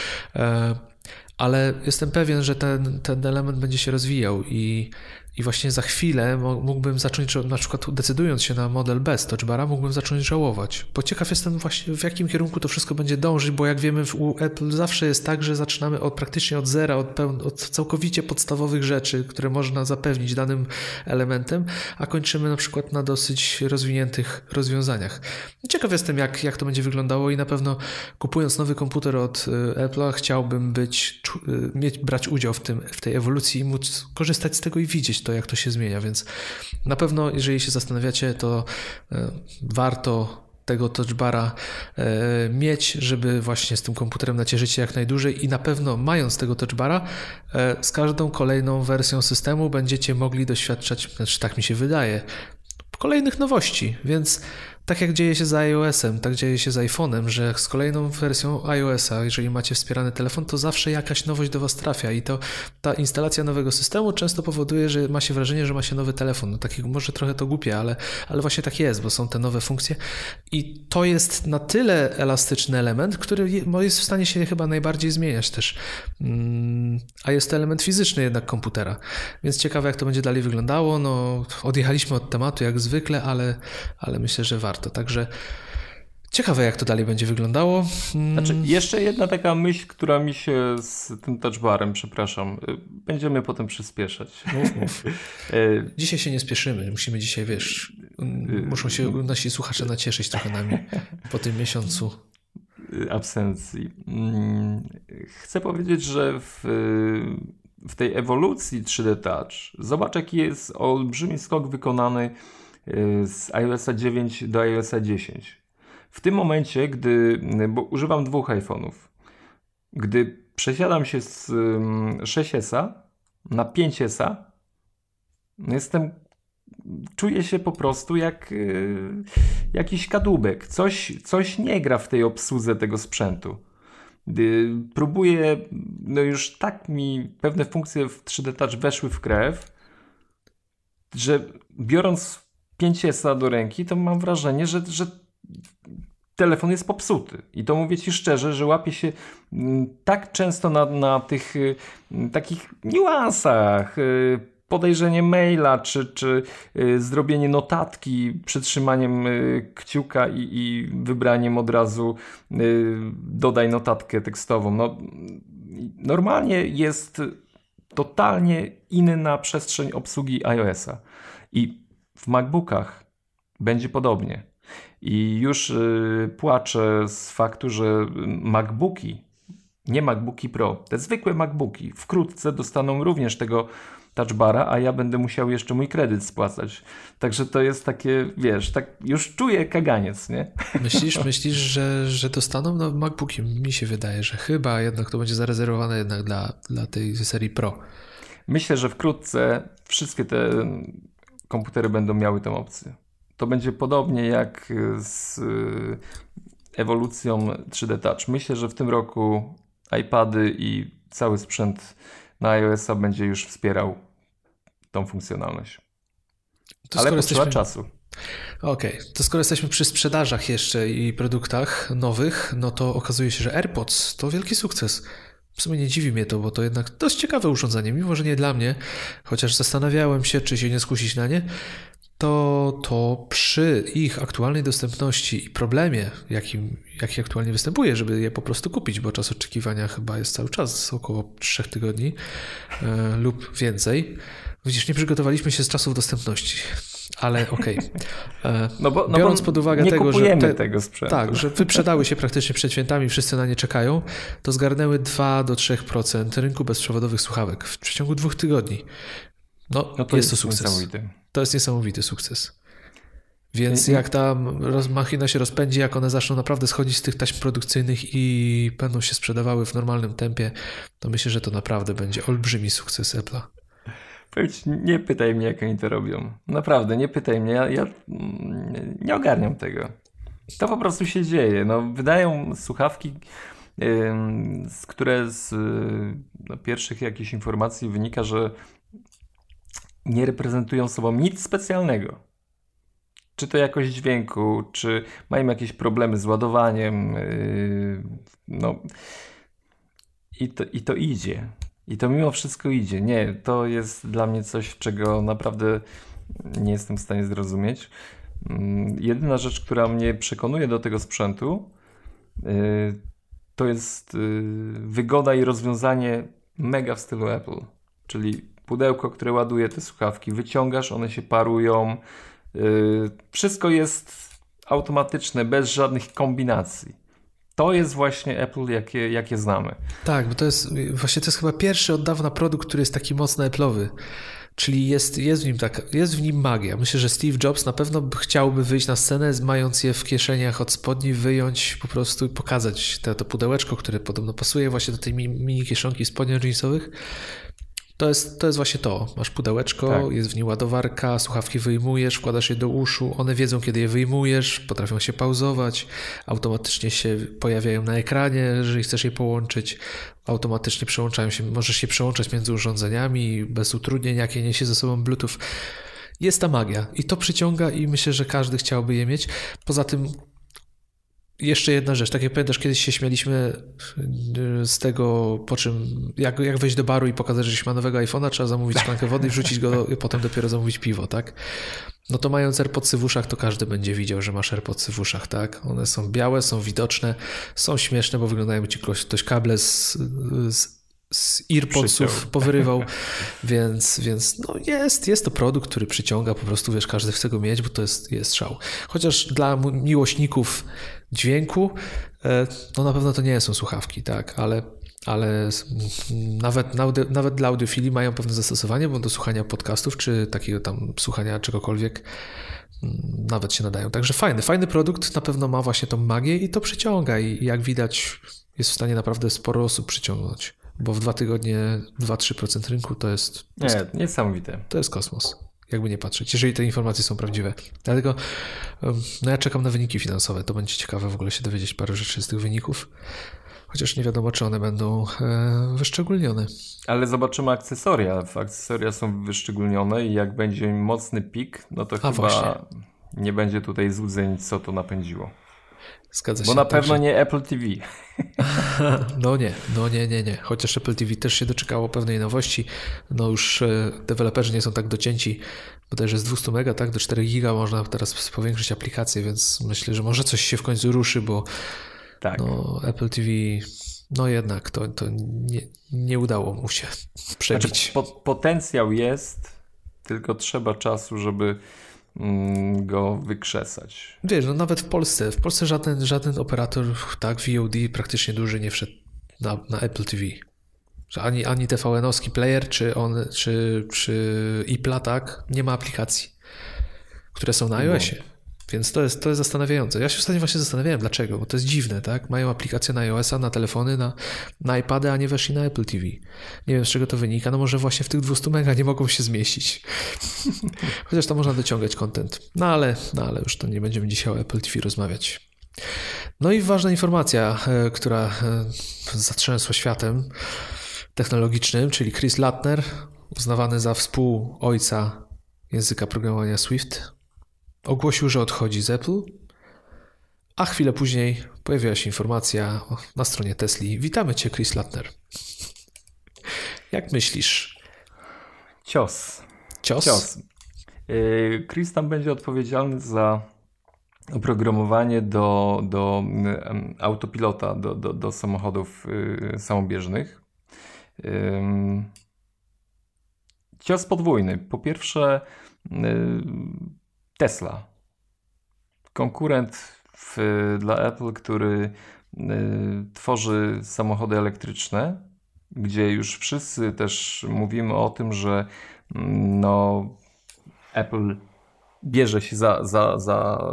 Ale jestem pewien, że ten element będzie się rozwijał i właśnie za chwilę mógłbym zacząć, na przykład decydując się na model bez Touch Bara, mógłbym zacząć żałować. Bo ciekaw jestem właśnie, w jakim kierunku to wszystko będzie dążyć, bo jak wiemy u Apple zawsze jest tak, że zaczynamy praktycznie od zera, od całkowicie podstawowych rzeczy, które można zapewnić danym elementem, a kończymy na przykład na dosyć rozwiniętych rozwiązaniach. Ciekaw jestem, jak to będzie wyglądało i na pewno kupując nowy komputer od Apple'a chciałbym brać udział w tej ewolucji i móc korzystać z tego i widzieć to, jak to się zmienia, więc na pewno, jeżeli się zastanawiacie, to warto tego Touch Bara mieć, żeby właśnie z tym komputerem nacieszyć się jak najdłużej i na pewno mając tego Touch Bara z każdą kolejną wersją systemu będziecie mogli doświadczać, znaczy tak mi się wydaje, kolejnych nowości, więc tak jak dzieje się z iOS-em, tak dzieje się z iPhone'em, że z kolejną wersją iOS-a, jeżeli macie wspierany telefon, to zawsze jakaś nowość do Was trafia i ta instalacja nowego systemu często powoduje, że ma się wrażenie, że ma się nowy telefon. No takiego może trochę to głupie, ale właśnie tak jest, bo są te nowe funkcje i to jest na tyle elastyczny element, który jest w stanie się chyba najbardziej zmieniać też. A jest to element fizyczny jednak komputera, więc ciekawe, jak to będzie dalej wyglądało. No, odjechaliśmy od tematu jak zwykle, ale myślę, że warto. Także ciekawe, jak to dalej będzie wyglądało. Znaczy, jeszcze jedna taka myśl, która mi się z tym Touch Barem, przepraszam, będziemy potem przyspieszać. Mów. Dzisiaj się nie spieszymy, musimy dzisiaj, muszą się nasi słuchacze nacieszyć trochę nami po tym miesiącu absencji. Chcę powiedzieć, że w tej ewolucji 3D Touch zobacz, jaki jest olbrzymi skok wykonany z iOS 9 do iOS 10. W tym momencie, bo używam dwóch iPhone'ów, gdy przesiadam się z 6S na 5S, czuję się po prostu jak jakiś kadłubek. Coś nie gra w tej obsłudze tego sprzętu. Próbuję, już tak mi pewne funkcje w 3D Touch weszły w krew, że biorąc 5S do ręki, to mam wrażenie, że telefon jest popsuty. I to mówię Ci szczerze, że łapię się tak często na tych takich niuansach, podejrzenie maila, czy zrobienie notatki przytrzymaniem kciuka i wybraniem od razu dodaj notatkę tekstową. No, normalnie jest totalnie inna przestrzeń obsługi iOS-a. I w MacBookach będzie podobnie. I już płaczę z faktu, że MacBooki, nie MacBooki Pro, te zwykłe MacBooki wkrótce dostaną również tego Touch Bara, a ja będę musiał jeszcze mój kredyt spłacać. Także to jest takie, wiesz, tak już czuję kaganiec, nie? Myślisz, że dostaną? No MacBooki, mi się wydaje, że chyba jednak to będzie zarezerwowane jednak dla tej serii Pro. Myślę, że wkrótce wszystkie te komputery będą miały tę opcję. To będzie podobnie jak z ewolucją 3D Touch. Myślę, że w tym roku iPady i cały sprzęt na iOS-a będzie już wspierał tą funkcjonalność. Ale potrzeba czasu. Okej, to skoro jesteśmy przy sprzedażach jeszcze i produktach nowych, no to okazuje się, że AirPods to wielki sukces. W sumie nie dziwi mnie to, bo to jednak dość ciekawe urządzenie, mimo że nie dla mnie, chociaż zastanawiałem się, czy się nie skusić na nie, to przy ich aktualnej dostępności i problemie, jaki aktualnie występuje, żeby je po prostu kupić, bo czas oczekiwania chyba jest cały czas około 3 tygodni lub więcej. Widzisz, nie przygotowaliśmy się z czasów dostępności, ale okej. Biorąc pod uwagę nie tego, że tego sprzętu. Tak, że wyprzedały się praktycznie przed świętami, wszyscy na nie czekają, to zgarnęły 2-3% rynku bezprzewodowych słuchawek w przeciągu 2 tygodni. No to jest to sukces. Niesamowity. To jest niesamowity sukces. Więc jak ta machina się rozpędzi, jak one zaczną naprawdę schodzić z tych taśm produkcyjnych i będą się sprzedawały w normalnym tempie, to myślę, że to naprawdę będzie olbrzymi sukces Apple'a. Nie pytaj mnie, jak oni to robią. Naprawdę, nie pytaj mnie. Ja nie ogarniam tego. To po prostu się dzieje. No, wydają słuchawki, które z pierwszych jakichś informacji wynika, że nie reprezentują sobą nic specjalnego. Czy to jakość dźwięku, czy mają jakieś problemy z ładowaniem. No. I to idzie. I to mimo wszystko idzie. Nie, to jest dla mnie coś, czego naprawdę nie jestem w stanie zrozumieć. Jedyna rzecz, która mnie przekonuje do tego sprzętu, to jest wygoda i rozwiązanie mega w stylu Apple. Czyli pudełko, które ładuje te słuchawki, wyciągasz, one się parują. Wszystko jest automatyczne, bez żadnych kombinacji. To jest właśnie Apple, jakie znamy. Tak, bo to jest chyba pierwszy od dawna produkt, który jest taki mocno Apple'owy. Czyli jest w nim magia. Myślę, że Steve Jobs na pewno chciałby wyjść na scenę, mając je w kieszeniach od spodni, wyjąć po prostu i pokazać to pudełeczko, które podobno pasuje właśnie do tej mini kieszonki spodni jeansowych. To jest właśnie to. Masz pudełeczko, tak. Jest w nim ładowarka, słuchawki wyjmujesz, wkładasz je do uszu, one wiedzą, kiedy je wyjmujesz, potrafią się pauzować, automatycznie się pojawiają na ekranie, jeżeli chcesz je połączyć, automatycznie przełączają się, możesz się przełączać między urządzeniami bez utrudnień, jakie niesie ze sobą Bluetooth. Jest ta magia i to przyciąga i myślę, że każdy chciałby je mieć. Poza tym jeszcze jedna rzecz, tak jak pamiętasz, kiedyś się śmialiśmy z tego, po czym jak wejść do baru i pokazać, że się ma nowego iPhone'a, trzeba zamówić szklankę wody i wrzucić go, i potem dopiero zamówić piwo, tak? No to mając AirPodsy w uszach, to każdy będzie widział, że masz AirPodsy w uszach, tak? One są białe, są widoczne, są śmieszne, bo wyglądają, jakby ci ktoś kable z AirPodsów powyrywał, więc no jest to produkt, który przyciąga, po prostu wiesz, każdy chce go mieć, bo to jest szał. Chociaż dla miłośników dźwięku, no na pewno to nie są słuchawki, tak, ale nawet dla audiofilii mają pewne zastosowanie, bo do słuchania podcastów, czy takiego tam słuchania czegokolwiek nawet się nadają. Także fajny produkt, na pewno ma właśnie tą magię i to przyciąga i jak widać jest w stanie naprawdę sporo osób przyciągnąć. Bo w 2 tygodnie 2-3% rynku to jest... Niesamowite. To jest kosmos, jakby nie patrzeć, jeżeli te informacje są prawdziwe. Dlatego ja czekam na wyniki finansowe. To będzie ciekawe w ogóle się dowiedzieć parę rzeczy z tych wyników. Chociaż nie wiadomo, czy one będą wyszczególnione. Ale zobaczymy akcesoria. Akcesoria są wyszczególnione i jak będzie mocny pik, no to chyba właśnie nie będzie tutaj złudzeń, co to napędziło. Zgadza się. Bo na pewno nie Apple TV. No nie. Chociaż Apple TV też się doczekało pewnej nowości. No już deweloperzy nie są tak docięci. Bodajże z 200 mega, tak, do 4 giga można teraz powiększyć aplikację, więc myślę, że może coś się w końcu ruszy, bo tak. No, Apple TV, no jednak to nie udało mu się przebić. Znaczy, potencjał jest, tylko trzeba czasu, żeby go wykrzesać. Wiesz, no nawet w Polsce żaden operator, tak, VOD praktycznie duży nie wszedł na Apple TV. Że ani TVN-owski player, czy iPla, tak, nie ma aplikacji, które są na iOSie. Więc to jest zastanawiające. Ja się ostatnio właśnie zastanawiałem, dlaczego, bo to jest dziwne, tak? Mają aplikację na iOS-a, na telefony, na iPady, a nie weszli na Apple TV. Nie wiem, z czego to wynika. No może właśnie w tych 200 mega nie mogą się zmieścić. Chociaż tam można dociągać content. No ale już to nie będziemy dzisiaj o Apple TV rozmawiać. No i ważna informacja, która zatrzęsła światem technologicznym, czyli Chris Lattner, uznawany za współojca języka programowania Swift, ogłosił, że odchodzi z Apple, a chwilę później pojawiła się informacja na stronie Tesli. Witamy Cię, Chris Lattner. Jak myślisz? Cios. Chris tam będzie odpowiedzialny za oprogramowanie do autopilota, do samochodów samobieżnych. Cios podwójny. Po pierwsze Tesla. Konkurent dla Apple, który tworzy samochody elektryczne, gdzie już wszyscy też mówimy o tym, że Apple bierze się za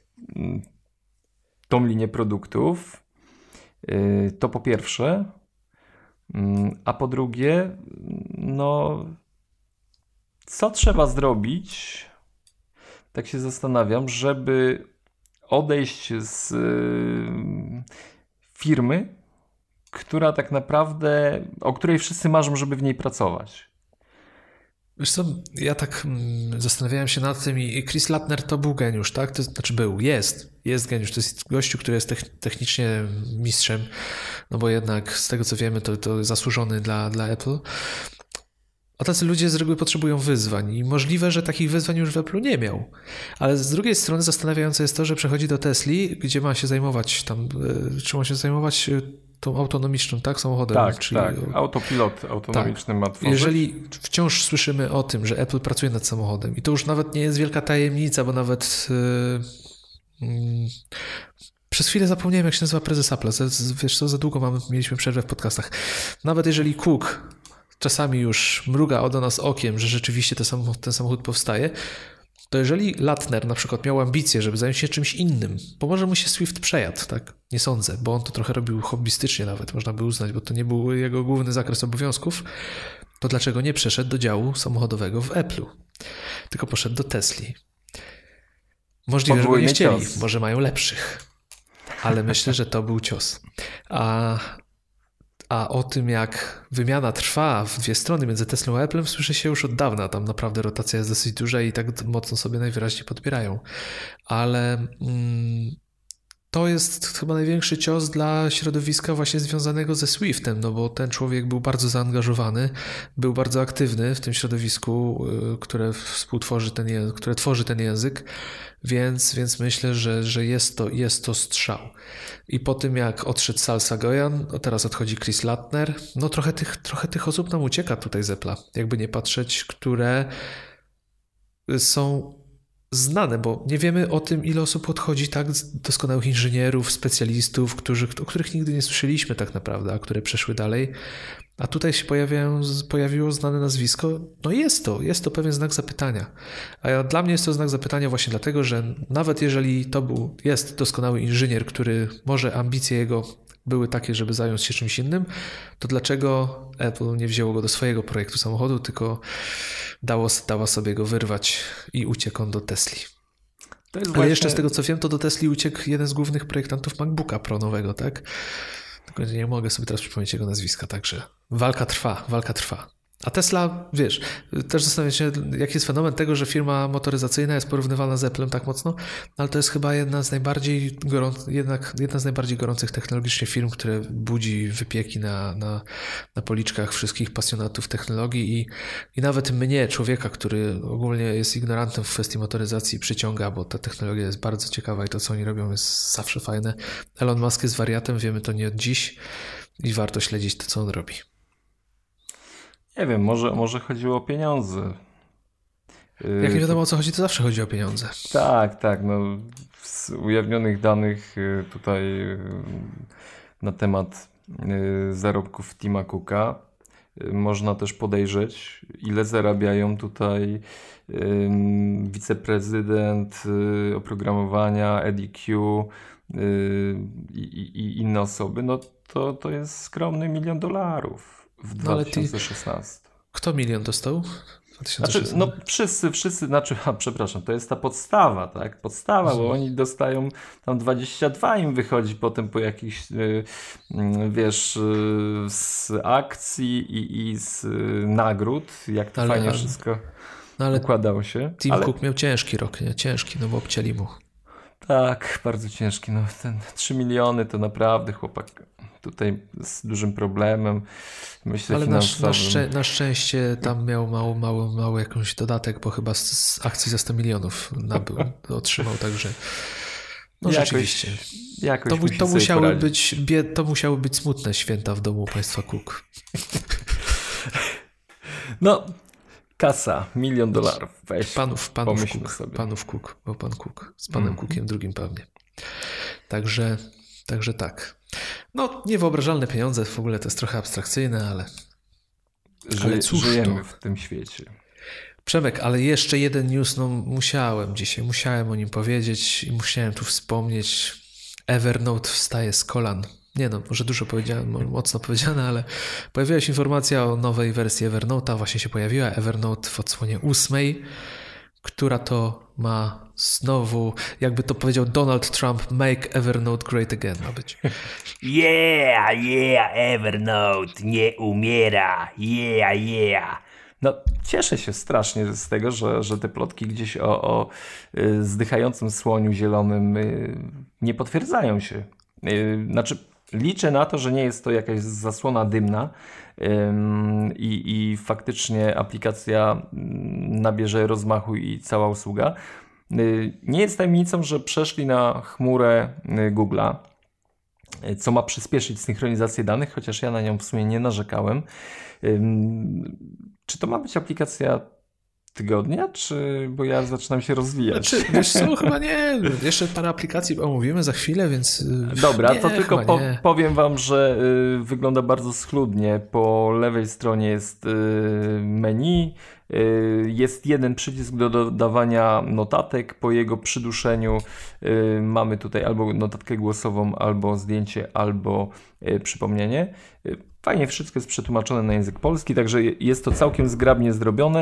tą linię produktów. To po pierwsze. A po drugie, co trzeba zrobić, tak się zastanawiam, żeby odejść z firmy, która tak naprawdę, o której wszyscy marzą, żeby w niej pracować. Wiesz co, ja tak zastanawiałem się nad tym i Chris Lattner to był geniusz, tak? To znaczy jest geniusz. To jest gościu, który jest technicznie mistrzem, no bo jednak z tego co wiemy, to zasłużony dla Apple. A tacy ludzie z reguły potrzebują wyzwań i możliwe, że takich wyzwań już w Apple'u nie miał. Ale z drugiej strony zastanawiające jest to, że przechodzi do Tesli, gdzie ma się zajmować tą autonomiczną, tak, samochodem. Tak, autopilot autonomiczny ma tworzyć. Jeżeli wciąż słyszymy o tym, że Apple pracuje nad samochodem i to już nawet nie jest wielka tajemnica, bo nawet przez chwilę zapomniałem, jak się nazywa prezes Apple'a. Wiesz co, za długo mieliśmy przerwę w podcastach. Nawet jeżeli Cook czasami już mruga do nas okiem, że rzeczywiście ten samochód powstaje, to jeżeli Lattner na przykład miał ambicje, żeby zająć się czymś innym, pomoże mu się Swift przejadł, tak? Nie sądzę, bo on to trochę robił hobbystycznie nawet, można by uznać, bo to nie był jego główny zakres obowiązków, to dlaczego nie przeszedł do działu samochodowego w Apple'u, tylko poszedł do Tesli? Możliwe, że go nie chcieli, może mają lepszych, ale myślę, że to był cios. A o tym, jak wymiana trwa w dwie strony między Teslą a Applem, słyszy się już od dawna. Tam naprawdę rotacja jest dosyć duża i tak mocno sobie najwyraźniej podbierają. Ale to jest chyba największy cios dla środowiska właśnie związanego ze Swiftem, no bo ten człowiek był bardzo zaangażowany, był bardzo aktywny w tym środowisku, które tworzy ten język, więc myślę, że jest to strzał. I po tym, jak odszedł Sal Sagoyan, teraz odchodzi Chris Lattner, no trochę tych osób nam ucieka tutaj z Apple'a, jakby nie patrzeć, które są znane, bo nie wiemy o tym, ile osób odchodzi, tak, doskonałych inżynierów, specjalistów, o których nigdy nie słyszeliśmy tak naprawdę, a które przeszły dalej. A tutaj się pojawiło znane nazwisko. No jest to pewien znak zapytania. A dla mnie jest to znak zapytania właśnie dlatego, że nawet jeżeli jest doskonały inżynier, który może ambicje jego były takie, żeby zająć się czymś innym, to dlaczego Apple nie wzięło go do swojego projektu samochodu, tylko dała sobie go wyrwać i uciekł on do Tesli. Ale jeszcze z tego co wiem, to do Tesli uciekł jeden z głównych projektantów MacBooka Pro nowego, tak? Tylko nie mogę sobie teraz przypomnieć jego nazwiska, także walka trwa. A Tesla, wiesz, też zastanawiam się, jaki jest fenomen tego, że firma motoryzacyjna jest porównywana z Applem tak mocno, ale to jest chyba jedna z najbardziej gorących technologicznie firm, które budzi wypieki na policzkach wszystkich pasjonatów technologii i nawet mnie, człowieka, który ogólnie jest ignorantem w kwestii motoryzacji, przyciąga, bo ta technologia jest bardzo ciekawa i to, co oni robią, jest zawsze fajne. Elon Musk jest wariatem, wiemy to nie od dziś i warto śledzić to, co on robi. Nie wiem, może chodziło o pieniądze. Jak nie wiadomo o co chodzi, to zawsze chodzi o pieniądze. Tak. No, z ujawnionych danych tutaj na temat zarobków Tima Cooka można też podejrzeć, ile zarabiają tutaj wiceprezydent oprogramowania, EDQ i inne osoby, no to jest skromny $1 milion w 2016. Kto milion dostał? Znaczy, no wszyscy, przepraszam, to jest ta podstawa, tak? Podstawa, bo oni dostają tam 22 im wychodzi potem po jakichś, wiesz, z akcji i z nagród, jak to fajnie wszystko układało się. Tim Cook miał ciężki rok, nie? Ciężki, no bo obcięli mu. Tak, bardzo ciężki. No, ten 3 miliony to naprawdę chłopak tutaj z dużym problemem, myślę, ale finansowym. Na szczęście tam miał mały jakąś dodatek, bo chyba z akcji za 100 milionów otrzymał, także no rzeczywiście. To musiały być smutne święta w domu państwa Cook. No, kasa, $1 milion. Weź, panów Cook, bo pan Cook z panem Cookiem drugim pewnie. Także tak. No, niewyobrażalne pieniądze, w ogóle to jest trochę abstrakcyjne, ale cóż żyjemy w tym świecie. Przemek, ale jeszcze jeden news, no musiałem o nim powiedzieć i musiałem tu wspomnieć. Evernote wstaje z kolan. Nie no, może dużo powiedziałem, mocno powiedziane, ale pojawiła się informacja o nowej wersji Evernote'a, właśnie się pojawiła Evernote w odsłonie 8, która to ma znowu, jakby to powiedział Donald Trump, make Evernote great again ma być. Yeah, Evernote nie umiera, yeah. No, cieszę się strasznie z tego, że te plotki gdzieś o zdychającym słoniu zielonym nie potwierdzają się. Znaczy, liczę na to, że nie jest to jakaś zasłona dymna i faktycznie aplikacja nabierze rozmachu i cała usługa. Nie jest tajemnicą, że przeszli na chmurę Google'a, co ma przyspieszyć synchronizację danych, chociaż ja na nią w sumie nie narzekałem. Czy to ma być aplikacja tygodnia, bo ja zaczynam się rozwijać? Znaczy, wiesz co, chyba nie. Jeszcze parę aplikacji omówimy za chwilę, więc... Dobra, to tylko powiem wam, że wygląda bardzo schludnie. Po lewej stronie jest menu, jest jeden przycisk do dodawania notatek. Po jego przyduszeniu mamy tutaj albo notatkę głosową, albo zdjęcie, albo przypomnienie. Fajnie wszystko jest przetłumaczone na język polski, także jest to całkiem zgrabnie zrobione.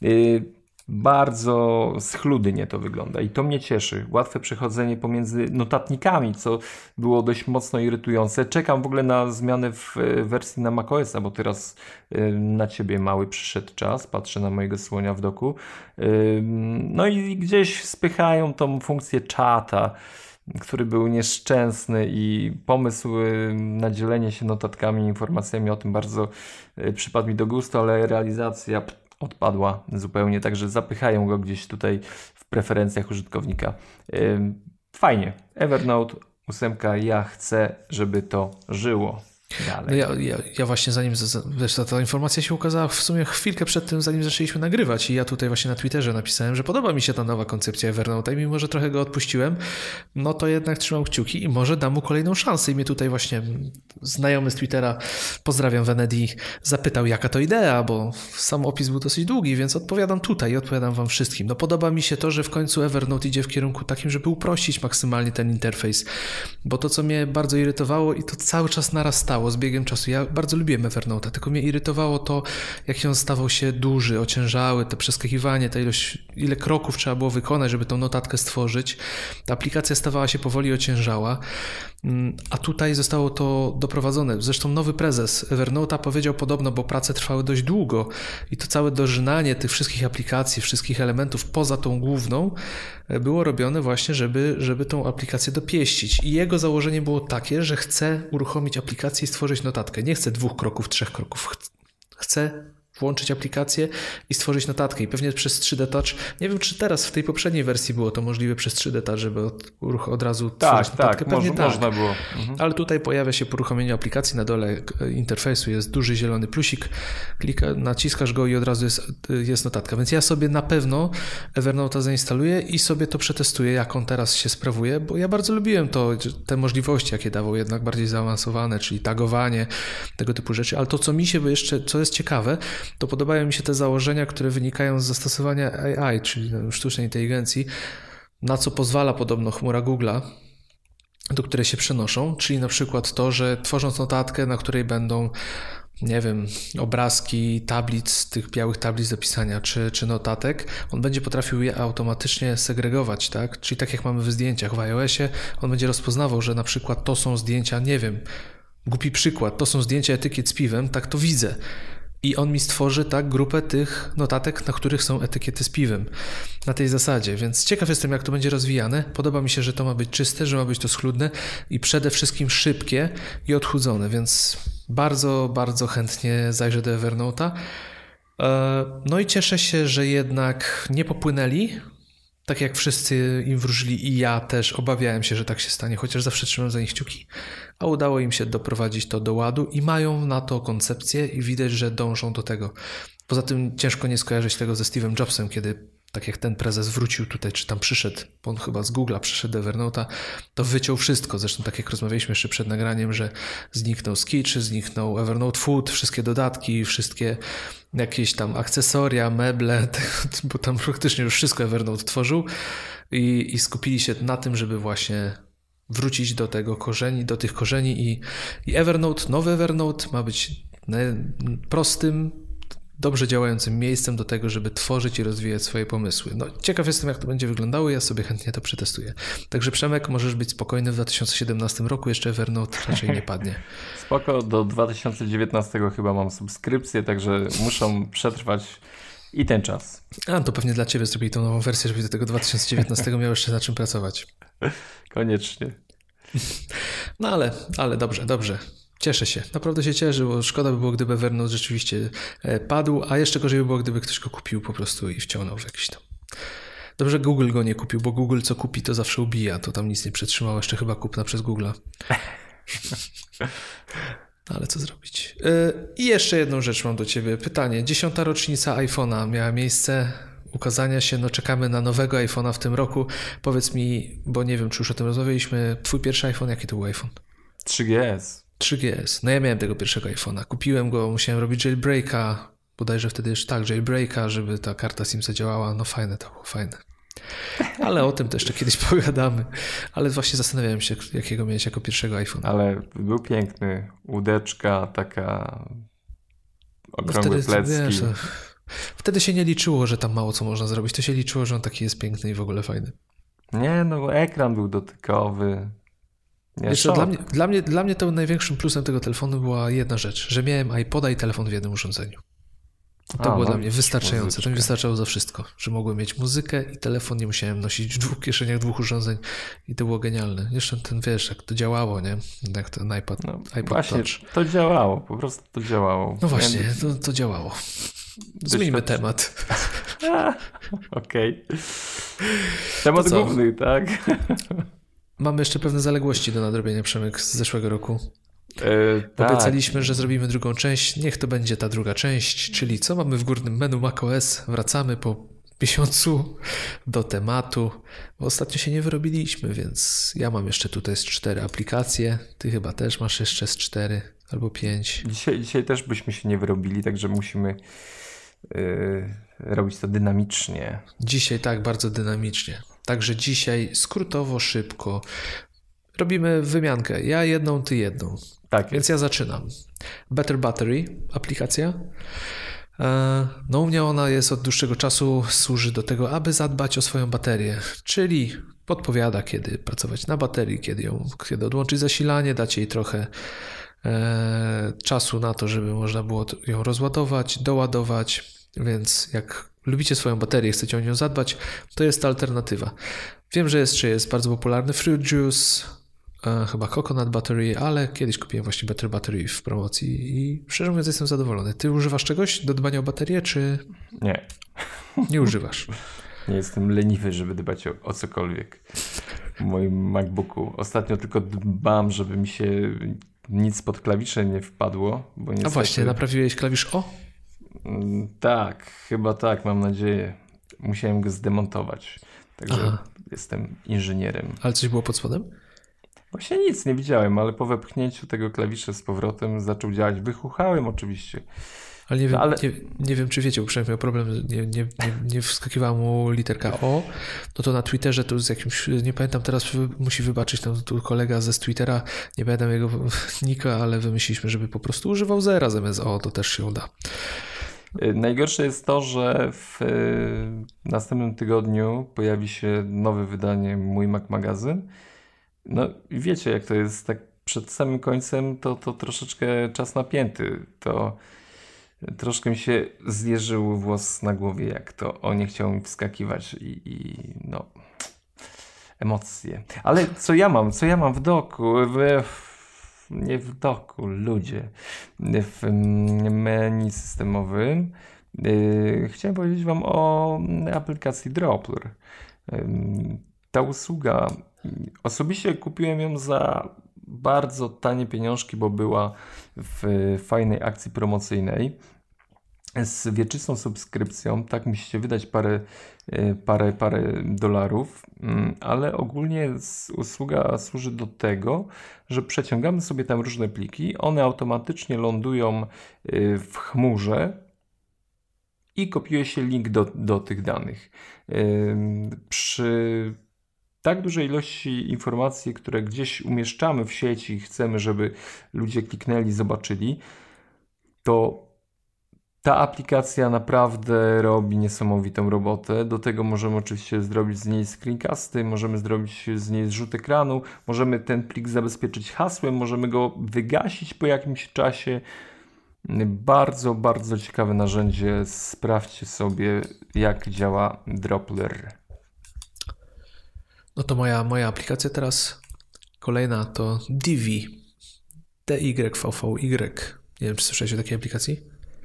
Bardzo schludnie to wygląda i to mnie cieszy. Łatwe przechodzenie pomiędzy notatnikami, co było dość mocno irytujące. Czekam w ogóle na zmianę w wersji na macOS-a, bo teraz na ciebie mały przyszedł czas. Patrzę na mojego słonia w doku. No i gdzieś spychają tą funkcję czata, który był nieszczęsny i pomysł na dzielenie się notatkami, informacjami o tym bardzo przypadł mi do gustu, ale realizacja odpadła zupełnie, także zapychają go gdzieś tutaj w preferencjach użytkownika. Fajnie. Evernote 8, ja chcę, żeby to żyło dalej. No ja właśnie wiesz, ta informacja się ukazała w sumie chwilkę przed tym, zanim zaczęliśmy nagrywać i ja tutaj właśnie na Twitterze napisałem, że podoba mi się ta nowa koncepcja Evernote'a i mimo, że trochę go odpuściłem, no to jednak trzymam kciuki i może dam mu kolejną szansę i mnie tutaj właśnie znajomy z Twittera, pozdrawiam Venedi, zapytał jaka to idea, bo sam opis był dosyć długi, więc odpowiadam tutaj i odpowiadam wam wszystkim. No podoba mi się to, że w końcu Evernote idzie w kierunku takim, żeby uprościć maksymalnie ten interfejs, bo to co mnie bardzo irytowało i to cały czas narastało z biegiem czasu. Ja bardzo lubiłem Evernote'a, tylko mnie irytowało to, jak on stawał się duży, ociężały, te przeskakiwanie, ta ilość, ile kroków trzeba było wykonać, żeby tą notatkę stworzyć. Ta aplikacja stawała się powoli ociężała, a tutaj zostało to doprowadzone. Zresztą nowy prezes Evernote'a powiedział podobno, bo prace trwały dość długo i to całe dożynanie tych wszystkich aplikacji, wszystkich elementów poza tą główną było robione właśnie, żeby tą aplikację dopieścić. I jego założenie było takie, że chce uruchomić aplikację i stworzyć notatkę. Nie chce 2 kroków, 3 kroków. Chce włączyć aplikację i stworzyć notatkę. I pewnie przez 3D Touch, nie wiem czy teraz w tej poprzedniej wersji było to możliwe przez 3D Touch, żeby od razu tworzyć notatkę. Pewnie można było. Ale tutaj pojawia się po uruchomieniu aplikacji na dole interfejsu jest duży zielony plusik, naciskasz go i od razu jest notatka. Więc ja sobie na pewno Evernote'a zainstaluję i sobie to przetestuję, jak on teraz się sprawuje, bo ja bardzo lubiłem te możliwości, jakie dawał, jednak bardziej zaawansowane, czyli tagowanie, tego typu rzeczy. Ale to, co mi się jeszcze, co jest ciekawe, to podobają mi się te założenia, które wynikają z zastosowania AI, czyli sztucznej inteligencji, na co pozwala podobno chmura Google'a, do której się przenoszą, czyli na przykład to, że tworząc notatkę, na której będą, nie wiem, obrazki tablic, tych białych tablic do pisania, czy notatek, on będzie potrafił je automatycznie segregować, tak? Czyli tak jak mamy w zdjęciach w iOSie, on będzie rozpoznawał, że na przykład to są zdjęcia, nie wiem, głupi przykład, to są zdjęcia etykiet z piwem, tak to widzę. I on mi stworzy tak grupę tych notatek, na których są etykiety z piwem. Na tej zasadzie, więc ciekaw jestem, jak to będzie rozwijane. Podoba mi się, że to ma być czyste, że ma być to schludne i przede wszystkim szybkie i odchudzone, więc bardzo, bardzo chętnie zajrzę do Evernote'a. No i cieszę się, że jednak nie popłynęli, tak jak wszyscy im wróżyli i ja też obawiałem się, że tak się stanie, chociaż zawsze trzymam za nich kciuki, a udało im się doprowadzić to do ładu i mają na to koncepcję i widać, że dążą do tego. Poza tym ciężko nie skojarzyć tego ze Steve'em Jobsem, kiedy tak jak ten prezes wrócił tutaj, czy tam przyszedł, bo on chyba z Google'a przyszedł do Evernote'a, to wyciął wszystko. Zresztą tak jak rozmawialiśmy jeszcze przed nagraniem, że zniknął Sketch, zniknął Evernote Food, wszystkie dodatki, wszystkie jakieś tam akcesoria, meble, bo tam praktycznie już wszystko Evernote tworzył i skupili się na tym, żeby właśnie wrócić do tego korzeni, do tych korzeni i Evernote, nowy Evernote ma być prostym, dobrze działającym miejscem do tego, żeby tworzyć i rozwijać swoje pomysły. No, ciekaw jestem, jak to będzie wyglądało, ja sobie chętnie to przetestuję. Także Przemek, możesz być spokojny, w 2017 roku jeszcze Evernote raczej nie padnie. Spoko, do 2019 chyba mam subskrypcję, także muszą przetrwać i ten czas. A, to pewnie dla Ciebie zrobili tą nową wersję, żebyś do tego 2019 miał jeszcze na czym pracować. Koniecznie. No ale dobrze. Cieszę się. Naprawdę się cieszę, bo szkoda by było, gdyby Evernote rzeczywiście padł, a jeszcze gorzej by było, gdyby ktoś go kupił po prostu i wciągnął w jakiś tam. Dobrze, Google go nie kupił, bo Google co kupi, to zawsze ubija. To tam nic nie przetrzymało, jeszcze chyba kupna przez Google'a. Ale co zrobić? I jeszcze jedną rzecz mam do Ciebie. Pytanie. 10. rocznica iPhone'a miała miejsce, ukazania się. No czekamy na nowego iPhone'a w tym roku. Powiedz mi, bo nie wiem, czy już o tym rozmawialiśmy. Twój pierwszy iPhone, jaki to był iPhone? 3GS. No ja miałem tego pierwszego iPhone'a. Kupiłem go, musiałem robić jailbreaka. Bodajże wtedy już jailbreaka, żeby ta karta SIM zadziałała. No fajne to było, fajne. Ale o tym też jeszcze kiedyś pogadamy. Ale właśnie zastanawiałem się, jakiego miałeś jako pierwszego iPhone. Ale był piękny. Łódeczka, taka okrągłe plecki. Wiesz, wtedy się nie liczyło, że tam mało co można zrobić. To się liczyło, że on taki jest piękny i w ogóle fajny. Nie, no ekran był dotykowy. Jeszcze dla mnie to największym plusem tego telefonu była jedna rzecz, że miałem iPoda i telefon w jednym urządzeniu. To było dla mnie wystarczające. To mi wystarczało za wszystko, że mogłem mieć muzykę i telefon, nie musiałem nosić w dwóch kieszeniach dwóch urządzeń i to było genialne. Jeszcze ten, wiesz, jak to działało, nie? Jak ten iPod właśnie, Touch. To działało, po prostu to działało. No właśnie, to działało. Zmieńmy temat. Okej. Temat główny, tak? Mamy jeszcze pewne zaległości do nadrobienia, Przemek, z zeszłego roku. Tak. Obiecaliśmy, że zrobimy drugą część. Niech to będzie ta druga część, czyli co mamy w górnym menu macOS. Wracamy po miesiącu do tematu. Bo ostatnio się nie wyrobiliśmy, więc ja mam jeszcze tutaj z 4 aplikacje. Ty chyba też masz jeszcze z 4 albo 5. Dzisiaj też byśmy się nie wyrobili, także musimy robić to dynamicznie. Dzisiaj tak, bardzo dynamicznie. Także dzisiaj skrótowo, szybko robimy wymiankę. Ja jedną, ty jedną. Tak. Więc ja zaczynam. Better Battery, aplikacja. No u mnie ona jest od dłuższego czasu, służy do tego, aby zadbać o swoją baterię, czyli podpowiada, kiedy pracować na baterii, kiedy odłączyć zasilanie, dać jej trochę czasu na to, żeby można było ją rozładować, doładować, więc jak lubicie swoją baterię, chcecie o nią zadbać, to jest ta alternatywa. Wiem, że jest bardzo popularny Fruit Juice, chyba Coconut Battery, ale kiedyś kupiłem właśnie Better Battery w promocji i szczerze mówiąc jestem zadowolony. Ty używasz czegoś do dbania o baterię, czy... Nie. Nie używasz? Nie jestem leniwy, żeby dbać o cokolwiek w moim MacBooku. Ostatnio tylko dbam, żeby mi się nic pod klawisze nie wpadło. Bo niestety... A właśnie, naprawiłeś klawisz O? Tak, chyba tak, mam nadzieję. Musiałem go zdemontować. Także jestem inżynierem. Ale coś było pod spodem? Właśnie nic nie widziałem, ale po wepchnięciu tego klawisza z powrotem zaczął działać. Wychuchałem oczywiście. Ale nie wiem, nie wiem czy wiecie, bo przynajmniej miał problem, nie wskakiwała mu literka O, no to na Twitterze to z jakimś, nie pamiętam teraz, musi wybaczyć tam tu kolega z Twittera, nie pamiętam jego nika, ale wymyśliliśmy, żeby po prostu używał zera zamiast O, to też się uda. Najgorsze jest to, że w następnym tygodniu pojawi się nowe wydanie Mój Mac Magazyn. No i wiecie jak to jest, tak przed samym końcem to troszeczkę czas napięty, to troszkę mi się zjeżył włos na głowie, jak to o nie chciał mi wskakiwać i no emocje. Ale co ja mam w doku? Nie w doku, ludzie. W menu systemowym. Chciałem powiedzieć wam o aplikacji Droplr. Ta usługa, osobiście kupiłem ją za bardzo tanie pieniążki, bo była w fajnej akcji promocyjnej z wieczystą subskrypcją. Tak musicie wydać parę dolarów, ale ogólnie usługa służy do tego, że przeciągamy sobie tam różne pliki, one automatycznie lądują w chmurze i kopiuje się link do tych danych. Przy tak dużej ilości informacji, które gdzieś umieszczamy w sieci i chcemy, żeby ludzie kliknęli, zobaczyli, to ta aplikacja naprawdę robi niesamowitą robotę. Do tego możemy oczywiście zrobić z niej screencasty, możemy zrobić z niej zrzut ekranu, możemy ten plik zabezpieczyć hasłem, możemy go wygasić po jakimś czasie. Bardzo, bardzo ciekawe narzędzie. Sprawdźcie sobie, jak działa Droplr. No to moja aplikacja teraz kolejna to Divi. DYVVY. Nie wiem, czy słyszałeś o takiej aplikacji?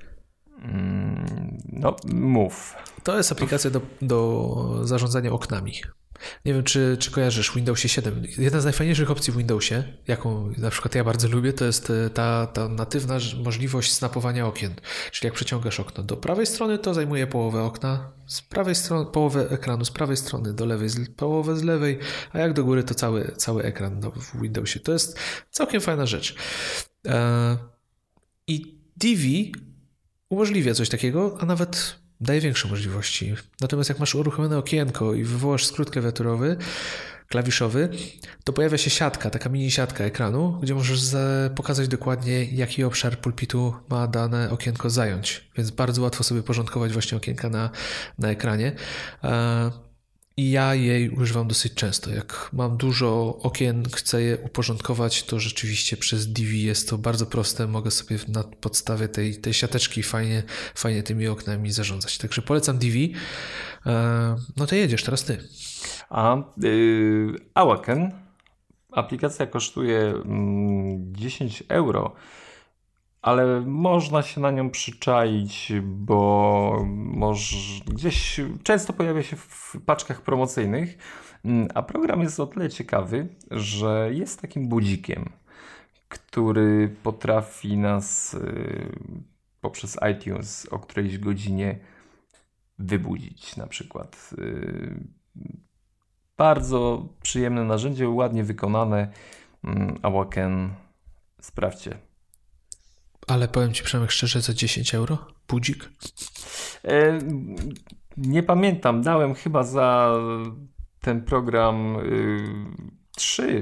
No, mów. To jest aplikacja do zarządzania oknami. Nie wiem, czy kojarzysz Windowsie 7. Jedna z najfajniejszych opcji w Windowsie, jaką na przykład ja bardzo lubię, to jest ta natywna możliwość snapowania okien. Czyli jak przeciągasz okno do prawej strony, to zajmuje połowę okna, z prawej strony, połowę ekranu z prawej strony, do lewej połowę z lewej, a jak do góry, to cały ekran w Windowsie. To jest całkiem fajna rzecz. I Divi umożliwia coś takiego, a nawet daje większe możliwości. Natomiast jak masz uruchomione okienko i wywołasz skrót klawiszowy, to pojawia się siatka, taka mini siatka ekranu, gdzie możesz pokazać dokładnie, jaki obszar pulpitu ma dane okienko zająć. Więc bardzo łatwo sobie porządkować właśnie okienka na ekranie. I ja jej używam dosyć często. Jak mam dużo okien, chcę je uporządkować, to rzeczywiście przez Divi jest to bardzo proste. Mogę sobie na podstawie tej siateczki fajnie tymi oknami zarządzać. Także polecam Divi. No to jedziesz, teraz ty. Awaken. Aplikacja kosztuje 10 euro. Ale można się na nią przyczaić, bo gdzieś często pojawia się w paczkach promocyjnych, a program jest o tyle ciekawy, że jest takim budzikiem, który potrafi nas poprzez iTunes o którejś godzinie wybudzić na przykład. Bardzo przyjemne narzędzie, ładnie wykonane. Awaken, sprawdźcie. Ale powiem ci Przemek szczerze, za 10 euro? Budzik? Nie pamiętam, dałem chyba za ten program 3.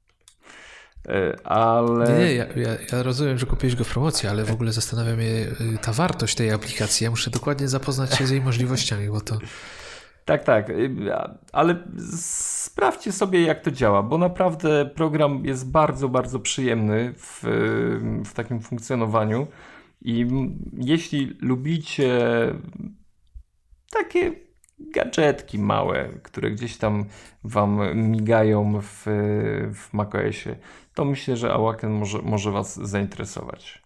Ale... Nie, ja rozumiem, że kupiłeś go w promocji, ale w ogóle zastanawia mnie ta wartość tej aplikacji. Ja muszę dokładnie zapoznać się z jej możliwościami, bo to... Tak, ale sprawdźcie sobie, jak to działa, bo naprawdę program jest bardzo, bardzo przyjemny w takim funkcjonowaniu i jeśli lubicie takie gadżetki małe, które gdzieś tam wam migają w macOSie, to myślę, że Awaken może was zainteresować.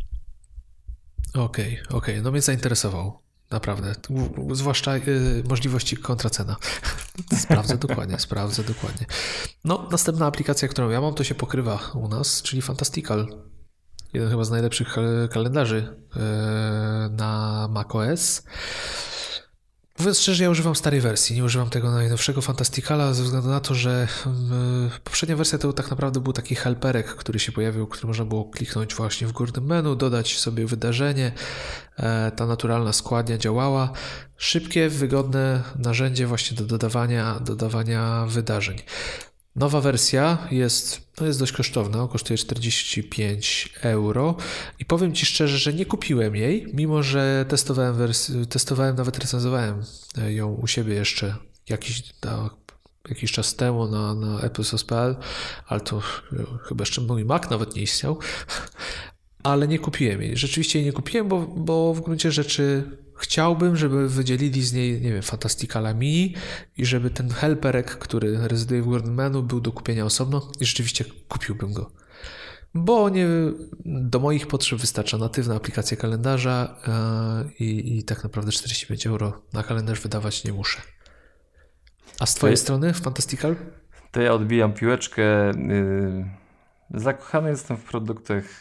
Okej. No mnie zainteresował. Naprawdę. Zwłaszcza możliwości kontracena. Sprawdzę dokładnie. No, następna aplikacja, którą ja mam, to się pokrywa u nas, czyli Fantastical. Jeden chyba z najlepszych kalendarzy na macOS. Mówiąc szczerze, ja używam starej wersji, nie używam tego najnowszego Fantasticala ze względu na to, że poprzednia wersja to tak naprawdę był taki helperek, który się pojawił, który można było kliknąć właśnie w górnym menu, dodać sobie wydarzenie, ta naturalna składnia działała. Szybkie, wygodne narzędzie właśnie do dodawania wydarzeń. Nowa wersja jest dość kosztowna, kosztuje 45 euro i powiem Ci szczerze, że nie kupiłem jej, mimo że testowałem, nawet recenzowałem ją u siebie jeszcze jakiś czas temu na applesource.pl, ale to chyba jeszcze mój Mac nawet nie istniał, ale nie kupiłem jej. Rzeczywiście jej nie kupiłem, bo w gruncie rzeczy chciałbym, żeby wydzielili z niej, nie wiem, Fantasticala Mini i żeby ten helperek, który rezyduje w górnym menu, był do kupienia osobno i rzeczywiście kupiłbym go. Bo do moich potrzeb wystarcza natywna aplikacja kalendarza i tak naprawdę 45 euro na kalendarz wydawać nie muszę. A z Twojej strony Fantastical? To ja odbijam piłeczkę. Zakochany jestem w produktach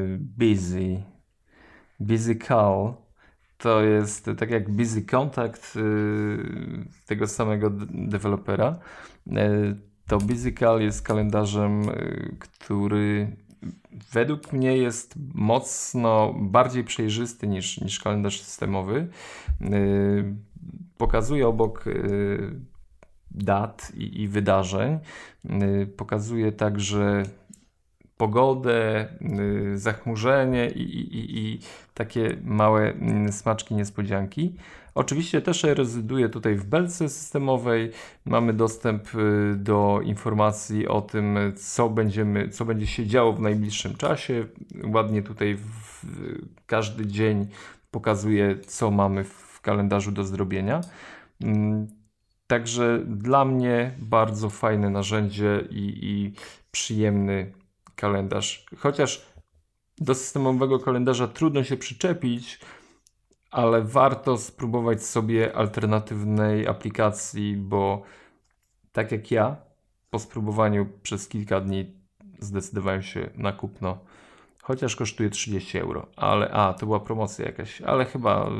BusyCal. To jest tak jak Busy Contact tego samego dewelopera. To BusyCal jest kalendarzem, który według mnie jest mocno bardziej przejrzysty niż kalendarz systemowy. Pokazuje obok dat i wydarzeń. Pokazuje także pogodę, zachmurzenie i takie małe smaczki, niespodzianki. Oczywiście też rezyduje tutaj w belce systemowej. Mamy dostęp do informacji o tym, co będzie się działo w najbliższym czasie. Ładnie tutaj każdy dzień pokazuje, co mamy w kalendarzu do zrobienia. Także dla mnie bardzo fajne narzędzie i przyjemny kalendarz. Chociaż do systemowego kalendarza trudno się przyczepić, ale warto spróbować sobie alternatywnej aplikacji, bo tak jak ja, po spróbowaniu przez kilka dni zdecydowałem się na kupno. Chociaż kosztuje 30 euro, ale to była promocja jakaś, ale chyba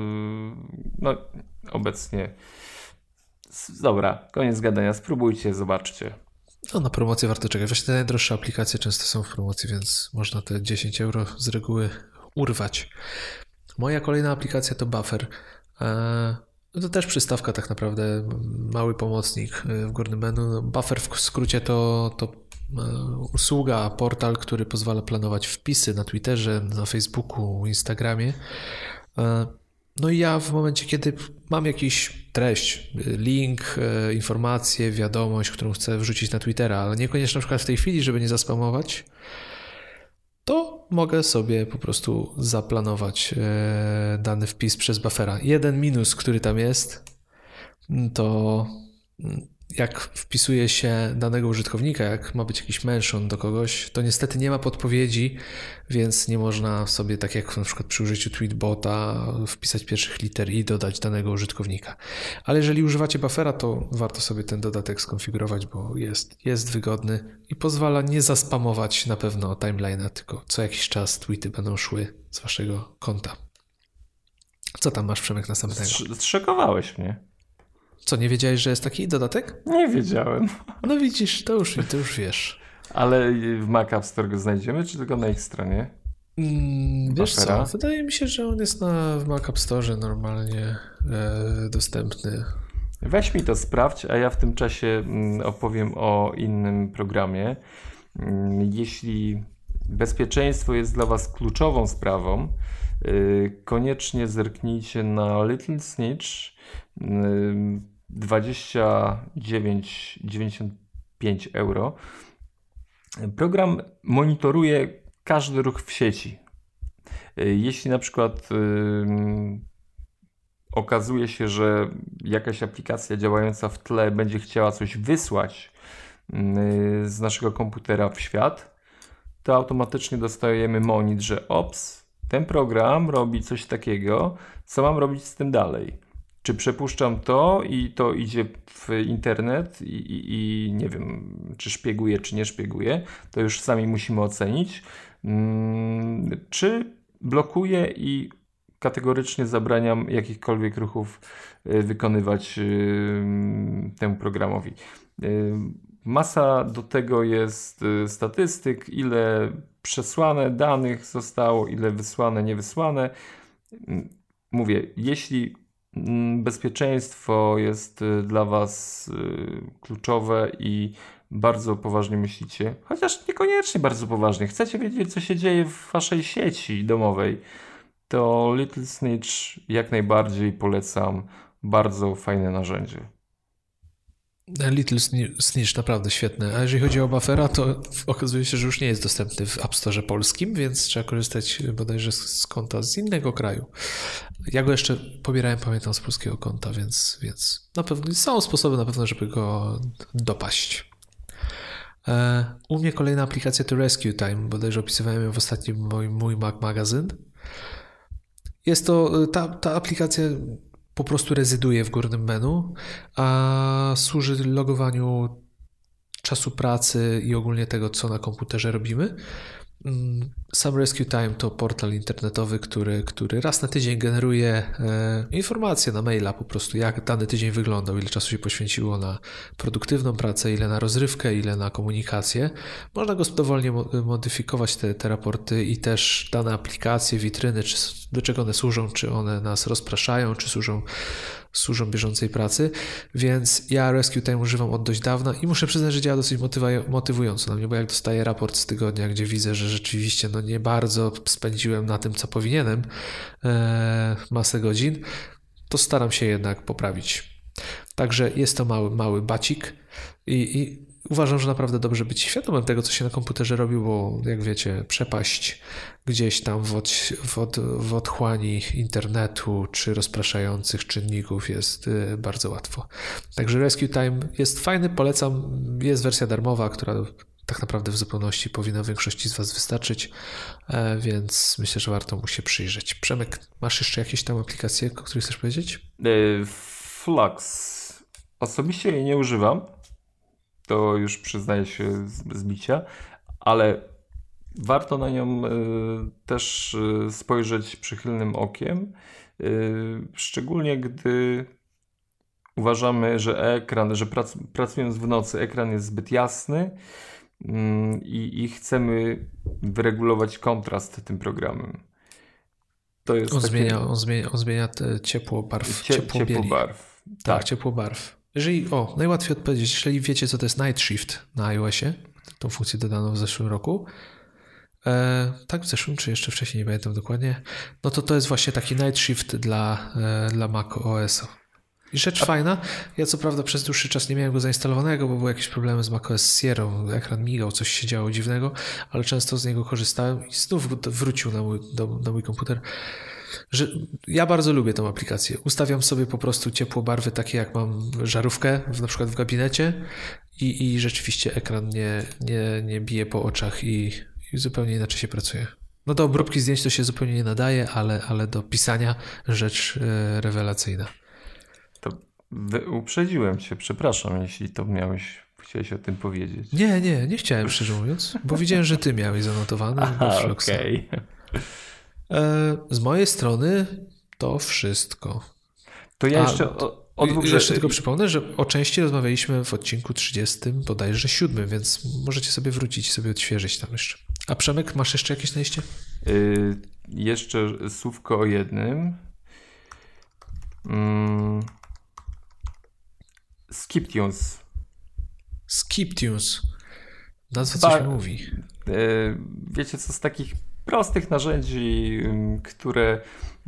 obecnie dobra, koniec gadania, spróbujcie, zobaczcie. No, na promocję warto czekać. Właśnie te najdroższe aplikacje często są w promocji, więc można te 10 euro z reguły urwać. Moja kolejna aplikacja to Buffer. To też przystawka tak naprawdę, mały pomocnik w górnym menu. Buffer w skrócie to usługa, portal, który pozwala planować wpisy na Twitterze, na Facebooku, Instagramie. No i ja w momencie, kiedy mam jakiś treść, link, informację, wiadomość, którą chcę wrzucić na Twittera, ale niekoniecznie na przykład w tej chwili, żeby nie zaspamować, to mogę sobie po prostu zaplanować dany wpis przez Buffera. Jeden minus, który tam jest, to jak wpisuje się danego użytkownika, jak ma być jakiś mention do kogoś, to niestety nie ma podpowiedzi, więc nie można sobie, tak jak na przykład przy użyciu tweetbota, wpisać pierwszych liter i dodać danego użytkownika. Ale jeżeli używacie Buffera, to warto sobie ten dodatek skonfigurować, bo jest wygodny i pozwala nie zaspamować na pewno timeline'a, tylko co jakiś czas tweety będą szły z waszego konta. Co tam masz, Przemek, następnego? Zszokowałeś mnie. Co, nie wiedziałeś, że jest taki dodatek? Nie wiedziałem. No widzisz, to już wiesz. Ale w Mac App Store go znajdziemy, czy tylko na ich stronie? Wiesz co, wydaje mi się, że on jest w Mac App Store normalnie dostępny. Weź mi to sprawdź, a ja w tym czasie opowiem o innym programie. Jeśli bezpieczeństwo jest dla Was kluczową sprawą, koniecznie zerknijcie na Little Snitch. 29,95 euro. Program monitoruje każdy ruch w sieci. Jeśli na przykład okazuje się, że jakaś aplikacja działająca w tle będzie chciała coś wysłać z naszego komputera w świat, to automatycznie dostajemy monit, że ten program robi coś takiego, co mam robić z tym dalej. Czy przepuszczam to i to idzie w internet i nie wiem, czy szpieguje, czy nie szpieguje, to już sami musimy ocenić. Czy blokuję i kategorycznie zabraniam jakichkolwiek ruchów wykonywać temu programowi. Masa do tego jest statystyk, ile przesłane danych zostało, ile wysłane, niewysłane. Mówię, jeśli bezpieczeństwo jest dla Was kluczowe i bardzo poważnie myślicie, chociaż niekoniecznie bardzo poważnie, chcecie wiedzieć, co się dzieje w Waszej sieci domowej, to Little Snitch jak najbardziej polecam. Bardzo fajne narzędzie. Little Snitch naprawdę świetne. A jeżeli chodzi o buffera, to okazuje się, że już nie jest dostępny w App Store polskim, więc trzeba korzystać bodajże z konta z innego kraju. Ja go jeszcze pobierałem, pamiętam, z polskiego konta, więc na pewno są sposoby na pewno, żeby go dopaść. U mnie kolejna aplikacja to Rescue Time, bodajże opisywałem ją w ostatnim mój Mac Magazine. Jest to, ta aplikacja po prostu rezyduje w górnym menu, a służy logowaniu czasu pracy i ogólnie tego, co na komputerze robimy. Sam Rescue Time to portal internetowy, który raz na tydzień generuje informacje na maila po prostu, jak dany tydzień wyglądał, ile czasu się poświęciło na produktywną pracę, ile na rozrywkę, ile na komunikację. Można go dowolnie modyfikować, te raporty, i też dane aplikacje, witryny, do czego one służą, czy one nas rozpraszają, czy służą bieżącej pracy, więc ja Rescue Time używam od dość dawna i muszę przyznać, że działa dosyć motywująco na mnie, bo jak dostaję raport z tygodnia, gdzie widzę, że rzeczywiście nie bardzo spędziłem na tym, co powinienem, masę godzin, to staram się jednak poprawić. Także jest to mały bacik i uważam, że naprawdę dobrze być świadomym tego, co się na komputerze robi, bo jak wiecie, przepaść gdzieś tam w otchłani internetu czy rozpraszających czynników jest bardzo łatwo. Także Rescue Time jest fajny, polecam. Jest wersja darmowa, która tak naprawdę w zupełności powinna większości z Was wystarczyć, więc myślę, że warto mu się przyjrzeć. Przemek, masz jeszcze jakieś tam aplikacje, o których chcesz powiedzieć? Flux. Osobiście jej nie używam. To już przyznaję się z bicia, ale warto na nią też spojrzeć przychylnym okiem, szczególnie gdy uważamy, że pracując w nocy ekran jest zbyt jasny i chcemy wyregulować kontrast tym programem. To jest on zmienia ciepło barw. Ciepło barw. Tak, ciepło barw. Najłatwiej odpowiedzieć, jeżeli wiecie, co to jest Night Shift na iOSie, tą funkcję dodano w zeszłym roku, tak w zeszłym, czy jeszcze wcześniej, nie pamiętam dokładnie, no to jest właśnie taki Night Shift dla Mac OS-a. I rzecz fajna, ja co prawda przez dłuższy czas nie miałem go zainstalowanego, bo były jakieś problemy z macOS Sierra, ekran migał, coś się działo dziwnego, ale często z niego korzystałem i znów wrócił na mój komputer. Że ja bardzo lubię tą aplikację. Ustawiam sobie po prostu ciepło barwy takie, jak mam żarówkę na przykład w gabinecie i rzeczywiście ekran nie bije po oczach i zupełnie inaczej się pracuje. No do obróbki zdjęć to się zupełnie nie nadaje, ale do pisania rzecz rewelacyjna. To uprzedziłem cię, przepraszam, jeśli to chciałeś o tym powiedzieć. Nie chciałem, szczerze mówiąc, bo widziałem, że ty miałeś zanotowane. Okej. Z mojej strony to wszystko. To ja jeszcze jeszcze tylko przypomnę, że o części rozmawialiśmy w odcinku 30, bodajże 7, więc możecie sobie wrócić i sobie odświeżyć tam jeszcze. A Przemek, masz jeszcze jakieś na liście? Jeszcze słówko o jednym. SkipTunes. SkipTunes. Nazwa coś mówi. Wiecie co, z takich prostych narzędzi, które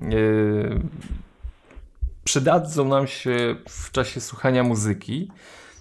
przydadzą nam się w czasie słuchania muzyki,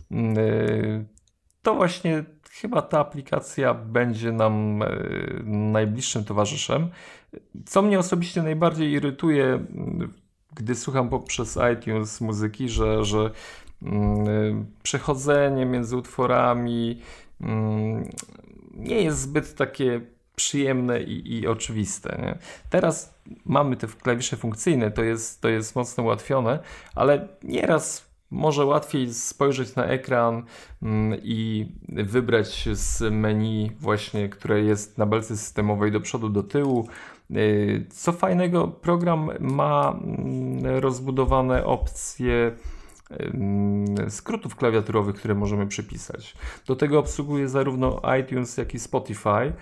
to właśnie chyba ta aplikacja będzie nam najbliższym towarzyszem. Co mnie osobiście najbardziej irytuje gdy słucham poprzez iTunes muzyki, że przechodzenie między utworami nie jest zbyt takie przyjemne i oczywiste. Nie? Teraz mamy te klawisze funkcyjne, to jest mocno ułatwione, ale nieraz może łatwiej spojrzeć na ekran i wybrać z menu właśnie, które jest na belce systemowej do przodu, do tyłu. Co fajnego, program ma rozbudowane opcje skrótów klawiaturowych, które możemy przypisać. Do tego obsługuje zarówno iTunes, jak i Spotify.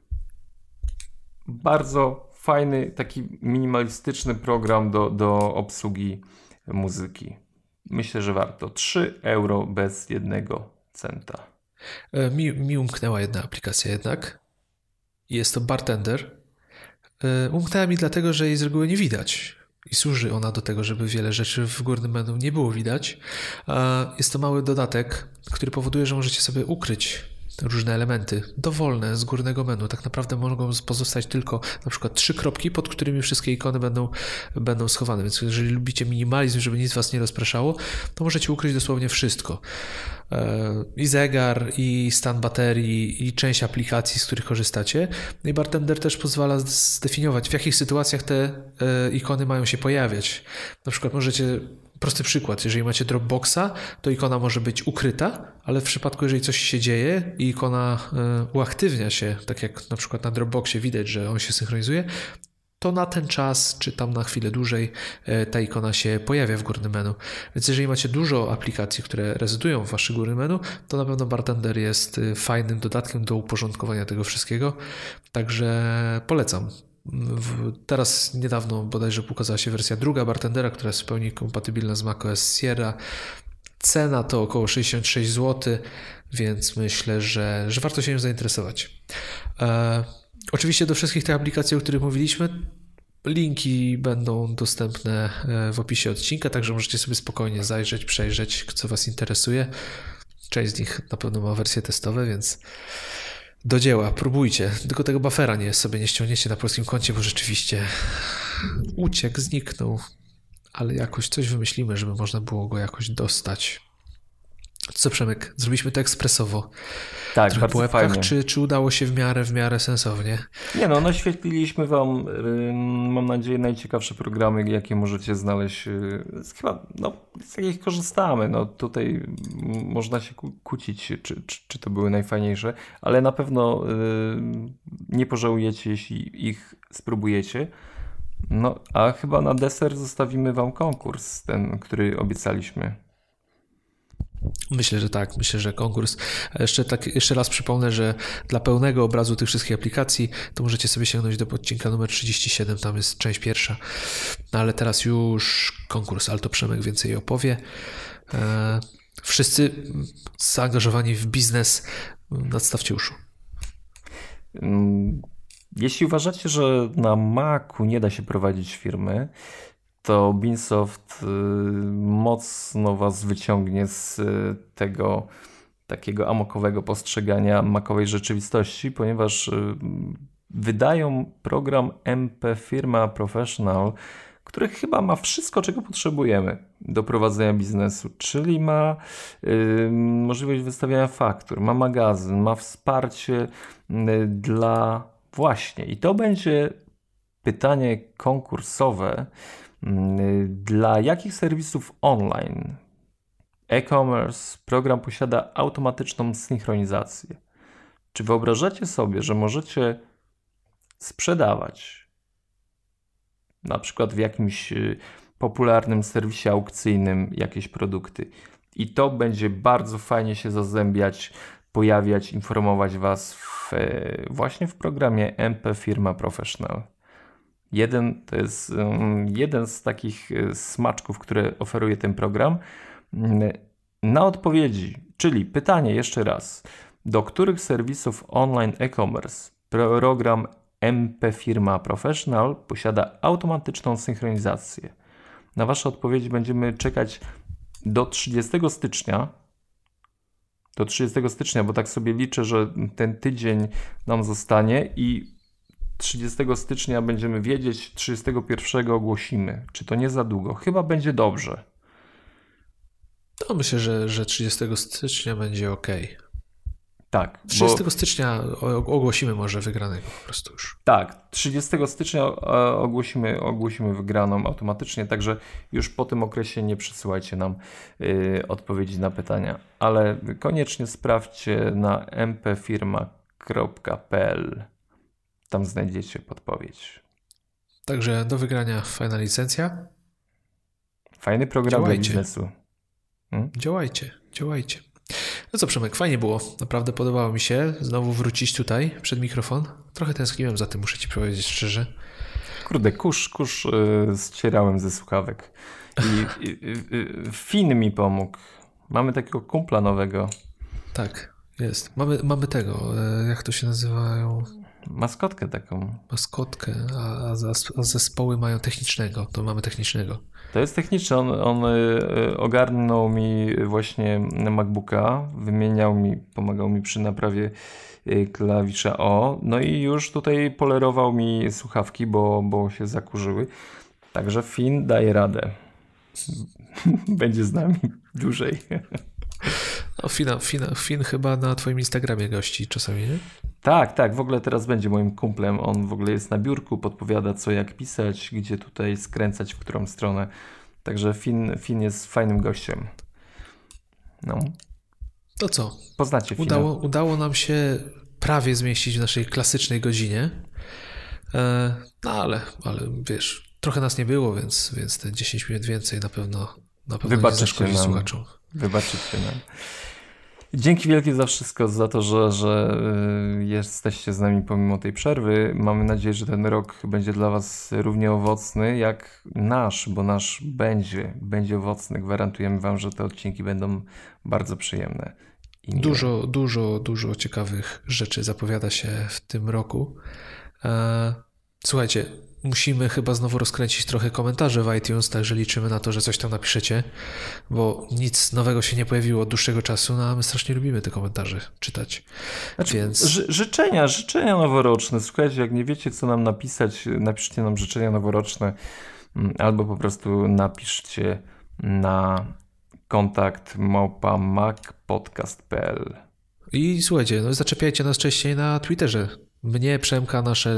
Bardzo fajny, taki minimalistyczny program do obsługi muzyki. Myślę, że warto. 3 euro bez 1 centa. Mi umknęła jedna aplikacja jednak. Jest to Bartender. Umknęła mi dlatego, że jej z reguły nie widać. I służy ona do tego, żeby wiele rzeczy w górnym menu nie było widać. Jest to mały dodatek, który powoduje, że możecie sobie ukryć różne elementy dowolne z górnego menu. Tak naprawdę mogą pozostać tylko na przykład 3 kropki, pod którymi wszystkie ikony będą schowane. Więc jeżeli lubicie minimalizm, żeby nic was nie rozpraszało, to możecie ukryć dosłownie wszystko. I zegar, i stan baterii, i część aplikacji, z których korzystacie. No i Bartender też pozwala zdefiniować, w jakich sytuacjach te ikony mają się pojawiać. Na przykład możecie... Prosty przykład, jeżeli macie Dropboxa, to ikona może być ukryta, ale w przypadku, jeżeli coś się dzieje i ikona uaktywnia się, tak jak na przykład na Dropboxie widać, że on się synchronizuje, to na ten czas, czy tam na chwilę dłużej ta ikona się pojawia w górnym menu. Więc jeżeli macie dużo aplikacji, które rezydują w waszym górnym menu, to na pewno Bartender jest fajnym dodatkiem do uporządkowania tego wszystkiego, także polecam. Teraz niedawno bodajże ukazała się wersja druga Bartendera, która jest w pełni kompatybilna z macOS Sierra. Cena to około 66 zł, więc myślę, że warto się nią zainteresować. Oczywiście do wszystkich tych aplikacji, o których mówiliśmy, linki będą dostępne w opisie odcinka, także możecie sobie spokojnie zajrzeć, przejrzeć, co was interesuje. Część z nich na pewno ma wersje testowe, więc do dzieła, próbujcie. Tylko tego buffera sobie nie ściągniecie na polskim koncie, bo rzeczywiście uciekł, zniknął. Ale jakoś coś wymyślimy, żeby można było go jakoś dostać. Co, Przemek? Zrobiliśmy to ekspresowo. Tak, trochę bardzo po łebkach, fajnie. czy udało się w miarę sensownie? Nie no, naświetliliśmy wam, mam nadzieję, najciekawsze programy, jakie możecie znaleźć. Chyba, z jakich korzystamy. No, tutaj można się kłócić, czy to były najfajniejsze, ale na pewno nie pożałujecie, jeśli ich spróbujecie. No, a chyba na deser zostawimy wam konkurs, ten, który obiecaliśmy. Myślę, że tak. Myślę, że konkurs. Jeszcze raz przypomnę, że dla pełnego obrazu tych wszystkich aplikacji to możecie sobie sięgnąć do odcinka numer 37, tam jest część pierwsza. No ale teraz już konkurs, ale to Przemek więcej opowie. Wszyscy zaangażowani w biznes, nadstawcie uszu. Jeśli uważacie, że na Macu nie da się prowadzić firmy, to Beansoft mocno was wyciągnie z tego takiego amokowego postrzegania macowej rzeczywistości, ponieważ wydają program MP Firma Professional, który chyba ma wszystko, czego potrzebujemy do prowadzenia biznesu, czyli ma możliwość wystawiania faktur, ma magazyn, ma wsparcie dla właśnie, i to będzie pytanie konkursowe, dla jakich serwisów online e-commerce program posiada automatyczną synchronizację? Czy wyobrażacie sobie, że możecie sprzedawać na przykład w jakimś popularnym serwisie aukcyjnym jakieś produkty i to będzie bardzo fajnie się zazębiać, pojawiać, informować was właśnie w programie MP Firma Professional? To jest jeden z takich smaczków, które oferuje ten program. Na odpowiedzi, czyli pytanie jeszcze raz, do których serwisów online e-commerce program MP Firma Professional posiada automatyczną synchronizację? Na wasze odpowiedzi będziemy czekać do 30 stycznia. Bo tak sobie liczę, że ten tydzień nam zostanie i 30 stycznia będziemy wiedzieć, 31 ogłosimy. Czy to nie za długo? Chyba będzie dobrze. To myślę, że 30 stycznia będzie ok. Tak. 30 stycznia ogłosimy może wygranego po prostu już. Tak, 30 stycznia ogłosimy wygraną automatycznie, także już po tym okresie nie przysyłajcie nam odpowiedzi na pytania, ale koniecznie sprawdźcie na mpfirma.pl. Tam znajdziecie podpowiedź. Także do wygrania fajna licencja. Fajny program dla biznesu. Działajcie. No co, Przemek, fajnie było. Naprawdę podobało mi się znowu wrócić tutaj przed mikrofon. Trochę tęskniłem za tym, muszę ci powiedzieć szczerze. Kurde, kurz ścierałem ze słuchawek. I Fin mi pomógł. Mamy takiego kumpla nowego. Tak, jest. Mamy tego, jak to się nazywają? Maskotkę taką. Maskotkę, a zespoły mają technicznego. To mamy technicznego. To jest techniczne. On ogarnął mi właśnie MacBooka, pomagał mi przy naprawie klawisza O. No i już tutaj polerował mi słuchawki, bo się zakurzyły. Także Fin daje radę. Będzie z nami dłużej. No, Fin chyba na twoim Instagramie gości czasami, nie? Tak. W ogóle teraz będzie moim kumplem. On w ogóle jest na biurku, podpowiada co jak pisać, gdzie tutaj skręcać, w którą stronę. Także Fin jest fajnym gościem. No. To co? Poznacie Fina. Udało nam się prawie zmieścić w naszej klasycznej godzinie. No ale wiesz, trochę nas nie było, więc te 10 minut więcej na pewno nie zaszkodzi słuchaczom. Wybaczycie nam. Dzięki wielkie za wszystko, za to, że jesteście z nami pomimo tej przerwy. Mamy nadzieję, że ten rok będzie dla was równie owocny jak nasz, bo nasz będzie owocny. Gwarantujemy wam, że te odcinki będą bardzo przyjemne. Dużo ciekawych rzeczy zapowiada się w tym roku. Słuchajcie, musimy chyba znowu rozkręcić trochę komentarzy w iTunes, także liczymy na to, że coś tam napiszecie, bo nic nowego się nie pojawiło od dłuższego czasu, no a my strasznie lubimy te komentarze czytać. Więc... Życzenia noworoczne. Słuchajcie, jak nie wiecie, co nam napisać, napiszcie nam życzenia noworoczne albo po prostu napiszcie na kontakt @macpodcast.pl. I słuchajcie, no zaczepiajcie nas częściej na Twitterze. Mnie, Przemka,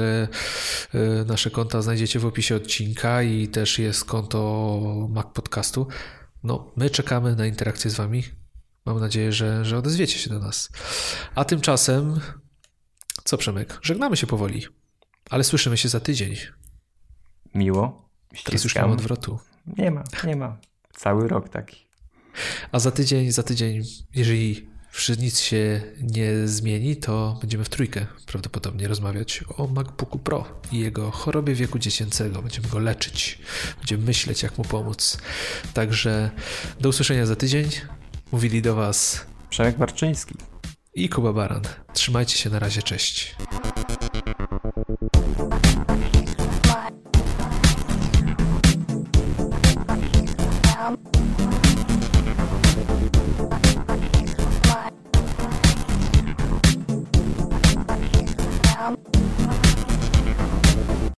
nasze konta znajdziecie w opisie odcinka i też jest konto Mac Podcastu. No, my czekamy na interakcję z wami. Mam nadzieję, że odezwiecie się do nas. A tymczasem, co Przemek? Żegnamy się powoli, ale słyszymy się za tydzień. Miło. Teraz już nie ma odwrotu. Nie ma. Cały rok taki. A za tydzień, jeżeli nic się nie zmieni, to będziemy w trójkę prawdopodobnie rozmawiać o MacBooku Pro i jego chorobie wieku dziecięcego. Będziemy go leczyć, będziemy myśleć, jak mu pomóc. Także do usłyszenia za tydzień. Mówili do was Przemek Marczyński i Kuba Baran. Trzymajcie się, na razie, cześć.